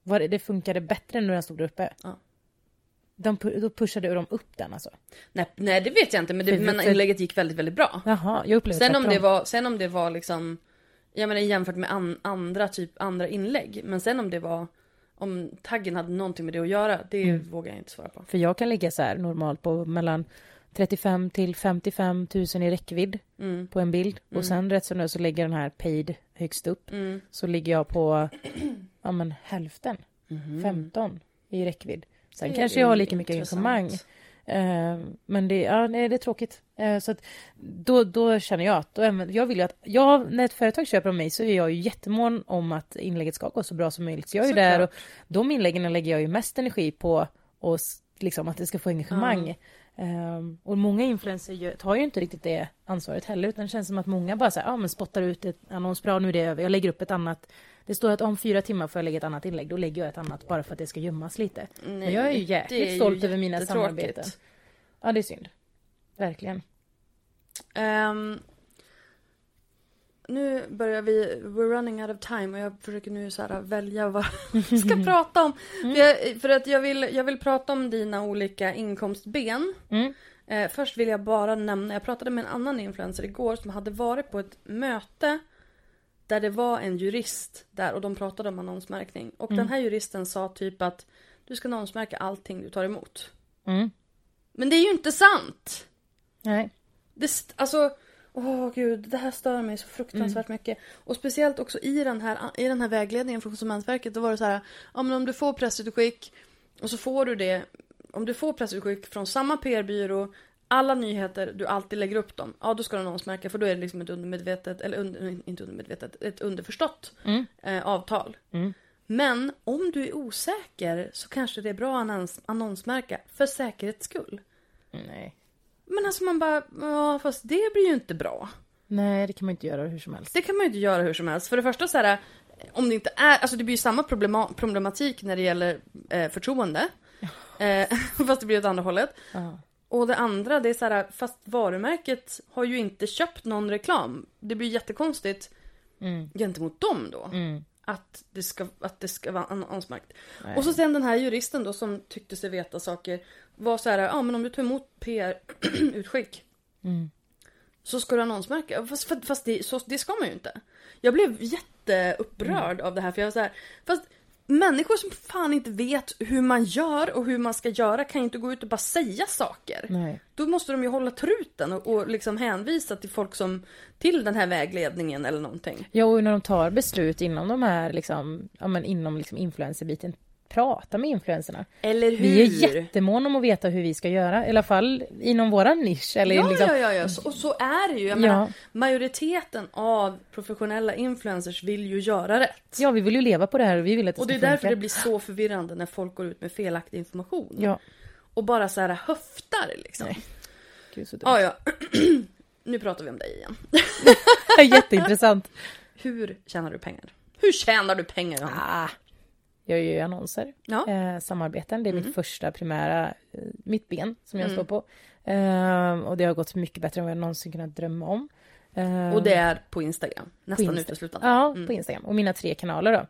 Speaker 8: det funkade bättre när den stod där uppe?
Speaker 7: Ja.
Speaker 8: Då pushade de upp den alltså?
Speaker 7: Nej, det vet jag inte. Men inlägget gick väldigt, väldigt bra.
Speaker 8: Jaha, jag upplevde
Speaker 7: sen om det var liksom... Jag menar jämfört med andra inlägg. Men sen om taggen hade någonting med det att göra, det vågar jag inte svara på.
Speaker 8: För jag kan ligga så här normalt på mellan 35 till 55 000 i räckvidd på en bild. Och sen rätt som nu så lägger den här paid högst upp. Så ligger jag på hälften. 15 i räckvidd. Sen kanske jag har lika mycket engagemang. Men det är tråkigt. Så att då känner jag att jag vill ju att när ett företag köper av mig så är jag ju jättemån om att inlägget ska gå så bra som möjligt. Så jag är ju där och de inläggen lägger jag ju mest energi på och liksom att det ska få engagemang. Och många influencer tar ju inte riktigt det ansvaret heller, utan det känns som att många bara säger men spottar ut ett annons, bra nu är det över, jag lägger upp ett annat. Det står att om 4 timmar får jag lägga ett annat inlägg, då lägger jag ett annat bara för att det ska gömmas lite. Nej, men jag är ju jäkligt stolt över mina samarbeten. Ja, det är synd. Verkligen.
Speaker 7: Nu börjar we're running out of time och jag försöker nu så här välja vad vi ska prata om. För att jag vill prata om dina olika inkomstben. Först vill jag bara nämna, jag pratade med en annan influencer igår som hade varit på ett möte där det var en jurist där och de pratade om annonsmärkning. Och den här juristen sa typ att du ska annonsmärka allting du tar emot. Men det är ju inte sant.
Speaker 8: Nej.
Speaker 7: Gud, det här stör mig så fruktansvärt mycket. Och speciellt också i den här vägledningen från Konsumentverket, då var det så här, men om du får pressutskick och så får du det, om du får pressutskick från samma PR-byrå, alla nyheter, du alltid lägger upp dem, då ska du annonsmärka, för då är det liksom ett undermedvetet, eller inte undermedvetet, ett underförstått avtal. Men om du är osäker så kanske det är bra att annonsmärka för säkerhets skull.
Speaker 8: Nej.
Speaker 7: Men alltså man bara, fast det blir ju inte bra.
Speaker 8: Nej, det kan man inte göra hur som helst.
Speaker 7: Det kan man ju inte göra hur som helst. För det första så här, om det inte är, alltså det blir ju samma problematik när det gäller förtroende. Fast det blir åt andra hållet. Och det andra, det är så här, fast varumärket har ju inte köpt någon reklam. Det blir jättekonstigt gentemot dem då. Att det ska vara annonsmärkt. Och så sen den här juristen då som tyckte sig veta saker var så här, men om du tar emot PR-utskick så ska du annonsmärka. Fast det ska man ju inte. Jag blev jätteupprörd av det här, för jag var så här, fast människor som fan inte vet hur man gör och hur man ska göra kan inte gå ut och bara säga saker.
Speaker 8: Nej.
Speaker 7: Då måste de ju hålla truten och liksom hänvisa till folk som till den här vägledningen eller någonting.
Speaker 8: Ja, och när de tar beslut inom de här liksom, inom liksom influencerbiten, prata med influencerna.
Speaker 7: Eller hur?
Speaker 8: Vi är jättemåna om att veta hur vi ska göra, i alla fall inom våran nisch. Eller
Speaker 7: ja. Och så är det ju. Jag menar, majoriteten av professionella influencers vill ju göra rätt.
Speaker 8: Ja, vi vill ju leva på det här och vi vill att det
Speaker 7: och
Speaker 8: ska
Speaker 7: det är därför
Speaker 8: funka.
Speaker 7: det blir så förvirrande när folk går ut med felaktig information.
Speaker 8: Ja.
Speaker 7: Och bara så här höftar liksom.
Speaker 8: Nej. Gud, så dumt.
Speaker 7: Ja. Nu pratar vi om dig igen.
Speaker 8: Jätteintressant.
Speaker 7: Hur tjänar du pengar? Hur tjänar du pengar?
Speaker 8: Jag gör ju annonser, samarbeten. Det är mitt första primära, mitt ben som jag står på. Och det har gått mycket bättre än vad jag någonsin kunnat drömma om.
Speaker 7: Och det är på Instagram, nästan uteslutande.
Speaker 8: Ja, på Instagram. Och mina 3 kanaler då.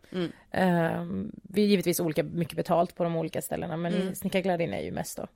Speaker 8: Vi är givetvis olika mycket betalt på de olika ställena, men Snickarglädjen är ju mest då.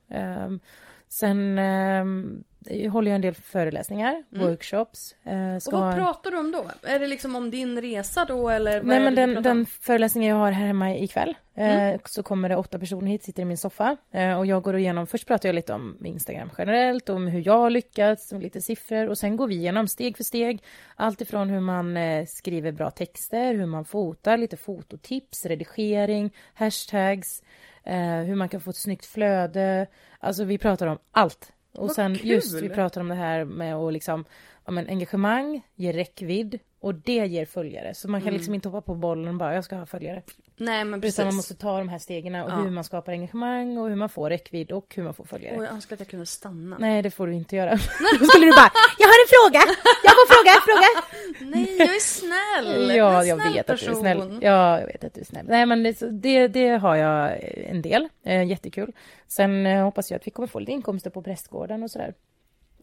Speaker 8: Sen håller jag en del föreläsningar, workshops.
Speaker 7: Och vad pratar du om då? Är det liksom om din resa då? Eller
Speaker 8: nej, men den föreläsningen jag har här hemma ikväll. Så kommer det 8 personer hit, sitter i min soffa. Och jag går igenom, först pratar jag lite om Instagram generellt, om hur jag har lyckats, om lite siffror. Och sen går vi igenom steg för steg. Allt ifrån hur man skriver bra texter, hur man fotar, lite fototips, redigering, hashtags. Hur man kan få ett snyggt flöde. Alltså vi pratar om allt. Och sen vi pratar om det här med att liksom, engagemang ger räckvidd och det ger följare. Så man kan liksom inte hoppa på bollen och bara, jag ska ha följare.
Speaker 7: Nej, men precis.
Speaker 8: Utan man måste ta de här stegen och hur man skapar engagemang och hur man får räckvidd och hur man får följare.
Speaker 7: Och jag önskar att jag kunde stanna.
Speaker 8: Nej, det får du inte göra. Då skulle du bara, jag har en fråga! Jag får fråga!
Speaker 7: Nej, jag är snäll.
Speaker 8: Ja, jag vet att du är snäll. Ja, jag vet att du är snäll. Nej, men det har jag en del. Jättekul. Sen hoppas jag att vi kommer få lite inkomster på prästgården och sådär.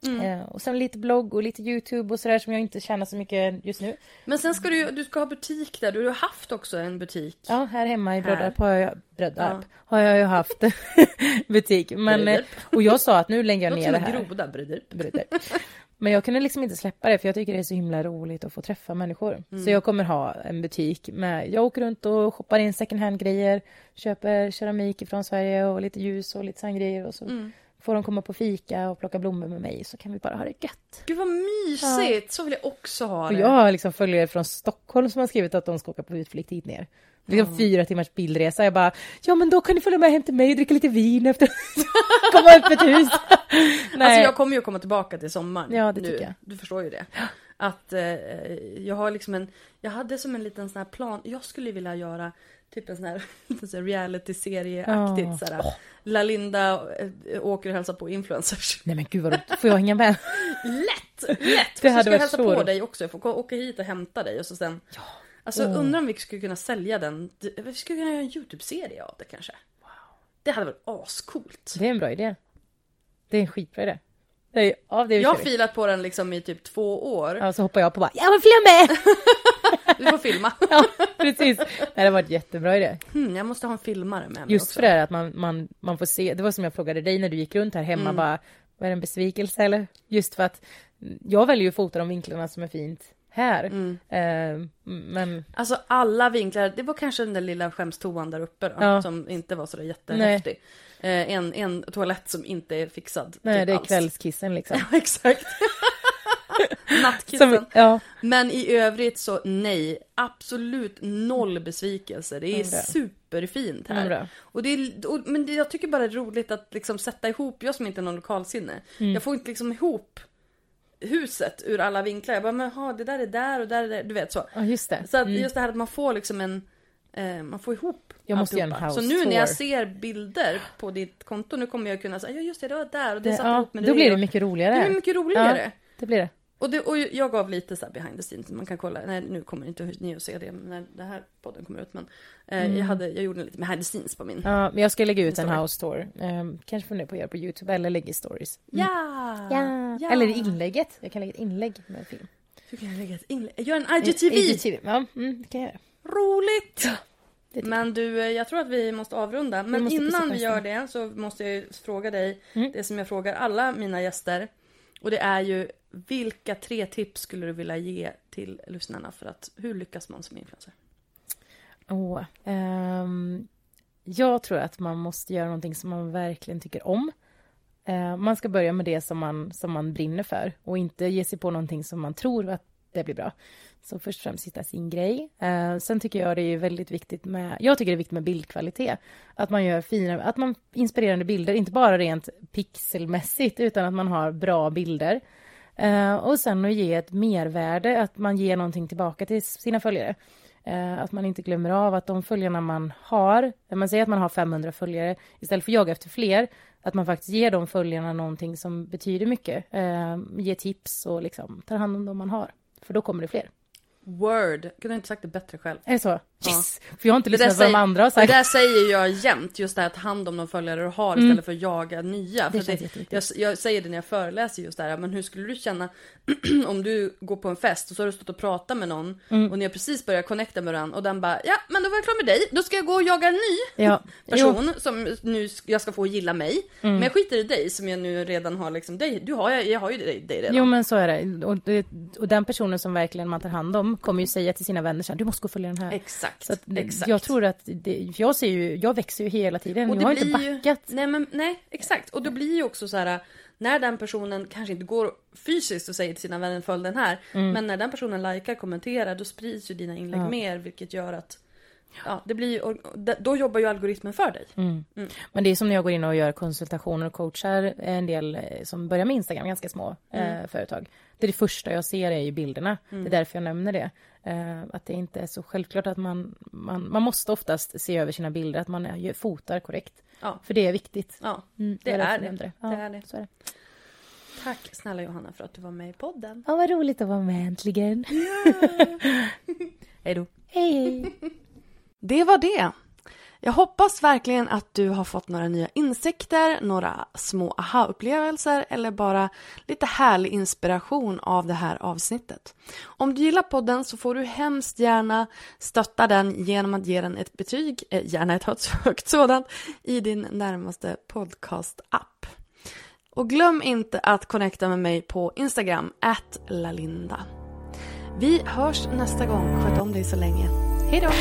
Speaker 8: Och sen lite blogg och lite YouTube och sådär som jag inte tjänar så mycket just nu.
Speaker 7: Men sen ska du ska ha butik där. Du har haft också en butik.
Speaker 8: Ja, här hemma i Brödarp har jag ju haft butik. Men, och jag sa att nu lägger jag ner det här.
Speaker 7: Groda, Brödarp.
Speaker 8: Men jag kunde liksom inte släppa det för jag tycker det är så himla roligt att få träffa människor. Så jag kommer ha en butik med, jag åker runt och shoppar in second hand grejer, köper keramik från Sverige och lite ljus och lite sån grejer och så får de komma på fika och plocka blommor med mig så kan vi bara ha det gött.
Speaker 7: Gud vad mysigt, så vill jag också ha det.
Speaker 8: Och jag har liksom följare från Stockholm som har skrivit att de ska åka på utflykt hit ner. Liksom 4 timmars bilresa. Jag bara, ja men då kan ni följa med hem till mig och dricka lite vin efter komma upp ett hus. Nej.
Speaker 7: Alltså jag kommer ju komma tillbaka till sommaren.
Speaker 8: Ja, det tycker jag.
Speaker 7: Du förstår ju det. Att jag har liksom jag hade som en liten sån här plan. Jag skulle vilja göra typ en sån här reality-serie-aktigt sådär. Lalinda åker och hälsar på influencers.
Speaker 8: Nej men gud vad får jag hänga med?
Speaker 7: Lätt!
Speaker 8: Det hade
Speaker 7: så ska jag hälsa på dig också. Jag får åka hit och hämta dig och så sen... Ja. Alltså undrar om vi skulle kunna sälja den. Vi skulle kunna göra en YouTube-serie av det kanske. Wow. Det hade varit ascoolt.
Speaker 8: Det är en bra idé. Det är en skitbra idé.
Speaker 7: Jag har filat på den liksom i typ 2 år.
Speaker 8: Ja, så hoppar jag på bara, jag vill följa med!
Speaker 7: Du får filma.
Speaker 8: Ja, precis. Det har varit jättebra idé.
Speaker 7: Jag måste ha en filmare med mig
Speaker 8: just
Speaker 7: också.
Speaker 8: För det att man får se. Det var som jag frågade dig när du gick runt här hemma. Bara, var det en besvikelse eller? Just för att jag väljer ju att fota de vinklarna som är fint här. Men... Alltså
Speaker 7: alla vinklar, det var kanske den där lilla skämstoan där uppe då, som inte var så där jättehäftig. En toalett som inte är fixad.
Speaker 8: Nej,
Speaker 7: typ
Speaker 8: det är
Speaker 7: alls.
Speaker 8: kvällskissen liksom.
Speaker 7: Ja, exakt. Nattkissen. Men i övrigt så nej, absolut 0 besvikelse. Det är superfint här. Men jag tycker bara det är roligt att liksom sätta ihop, jag som inte är någon lokalsinne. Jag får inte liksom ihop huset ur alla vinklar. Jag bara, men det där är där och där är där. Du vet så.
Speaker 8: Ja, just det.
Speaker 7: Så att just det här att man får liksom man får ihop.
Speaker 8: Jag måste göra en house
Speaker 7: så nu
Speaker 8: tour.
Speaker 7: när jag ser bilder på ditt konto, nu kommer jag kunna säga, ja just det var där och det satt ihop med
Speaker 8: då
Speaker 7: dig.
Speaker 8: blir det mycket roligare.
Speaker 7: Det blir mycket roligare.
Speaker 8: Ja, det blir det.
Speaker 7: Och jag gav lite så här behind the scenes. Man kan kolla. Nej, nu kommer inte ni att se det när det här podden kommer ut. Men jag gjorde lite behind the sceens på min.
Speaker 8: Ja, men jag ska lägga ut en house tour. Kanske fundera på att göra på YouTube eller lägga i stories. Ja. Eller inlägget. Jag kan lägga ett inlägg med film.
Speaker 7: Du kan lägga ett inlägg. Gör en IGTV.
Speaker 8: Ja, det kan jag göra.
Speaker 7: Roligt! Ja, men du, jag tror att vi måste avrunda. Men innan vi gör det så måste jag fråga dig det som jag frågar alla mina gäster. Och det är ju, vilka 3 tips skulle du vilja ge till lyssnarna för att, hur lyckas man som influencer?
Speaker 8: Jag tror att man måste göra någonting som man verkligen tycker om. Man ska börja med det som man brinner för och inte ge sig på någonting som man tror att det blir bra. Så först och främst hitta sin grej. Sen tycker jag det är väldigt viktigt med bildkvalitet. Att man gör att man inspirerande bilder, inte bara rent pixelmässigt utan att man har bra bilder. Och sen att ge ett mervärde, att man ger någonting tillbaka till sina följare. Att man inte glömmer av att de följarna man har, man säger att man har 500 följare, istället för att jaga efter fler, att man faktiskt ger de följarna någonting som betyder mycket. Ge tips och liksom tar hand om de man har. För då kommer det fler.
Speaker 7: Word. Jag kunde inte sagt det bättre själv.
Speaker 8: Är det så? Yes! Ja. För jag har inte lyssnat på vad de andra har sagt.
Speaker 7: Det där säger jag jämt. Just det här att hand om de följare du har istället för att jaga nya. Jag säger det när jag föreläser just det här. Men hur skulle du känna om du går på en fest och så har du stått och pratat med någon och ni har precis börjat connecta med varandra och den bara, ja men då var jag klar med dig. Då ska jag gå och jaga en ny person som nu jag ska få gilla mig. Men jag skiter i dig som jag nu redan har liksom dig. Jag har ju dig redan.
Speaker 8: Jo men så är det. Och den personen som verkligen man tar hand om kommer ju säga till sina vänner så här, du måste gå och följa den här.
Speaker 7: Exakt.
Speaker 8: Så att jag tror att jag växer ju hela tiden. Och jag har inte backat.
Speaker 7: Nej, exakt. Och då blir ju också så här, när den personen kanske inte går fysiskt och säger till sina vänner följ den här, men när den personen likar, kommenterar, då sprids ju dina inlägg mer, vilket gör att det blir, då jobbar ju algoritmen för dig.
Speaker 8: Men det är som när jag går in och gör konsultationer och coachar en del som börjar med Instagram, ganska små företag. Det första jag ser är ju bilderna. Det är därför jag nämner det. Att det inte är så självklart att man måste oftast se över sina bilder, att man fotar korrekt. Ja. För det är viktigt.
Speaker 7: Ja, det är det.
Speaker 8: Det är det. Så är det.
Speaker 7: Tack snälla Johanna för att du var med i podden.
Speaker 8: Ja, vad roligt att vara med äntligen.
Speaker 7: Hej då.
Speaker 8: Hej.
Speaker 7: Det var det. Jag hoppas verkligen att du har fått några nya insikter, några små aha-upplevelser eller bara lite härlig inspiration av det här avsnittet. Om du gillar podden så får du hemskt gärna stötta den genom att ge den ett betyg, gärna ett högt sådant, i din närmaste podcast-app. Och glöm inte att connecta med mig på Instagram, @lalinda. Vi hörs nästa gång. Sköt om dig så länge. Hej då!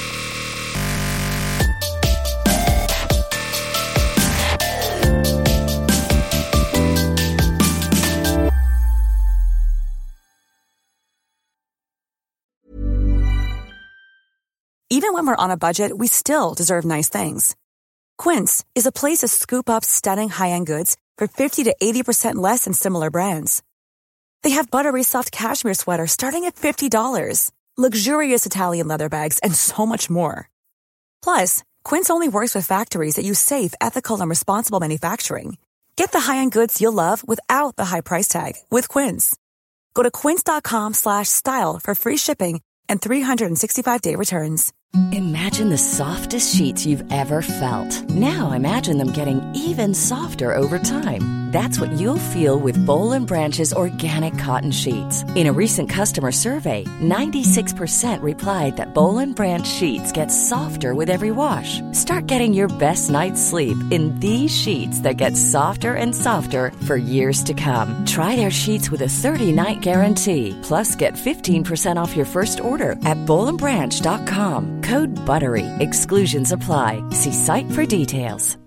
Speaker 12: Even when we're on a budget, we still deserve nice things. Quince is a place to scoop up stunning high-end goods for 50 to 80% less than similar brands. They have buttery soft cashmere sweaters starting at $50, luxurious Italian leather bags, and so much more. Plus, Quince only works with factories that use safe, ethical, and responsible manufacturing. Get the high-end goods you'll love without the high price tag with Quince. Go to quince.com/style for free shipping and 365-day returns.
Speaker 13: Imagine the softest sheets you've ever felt. Now imagine them getting even softer over time. That's what you'll feel with Boll & Branch's organic cotton sheets. In a recent customer survey, 96% replied that Boll & Branch sheets get softer with every wash. Start getting your best night's sleep in these sheets that get softer and softer for years to come. Try their sheets with a 30-night guarantee. Plus, get 15% off your first order at bollandbranch.com. Code BUTTERY. Exclusions apply. See site for details.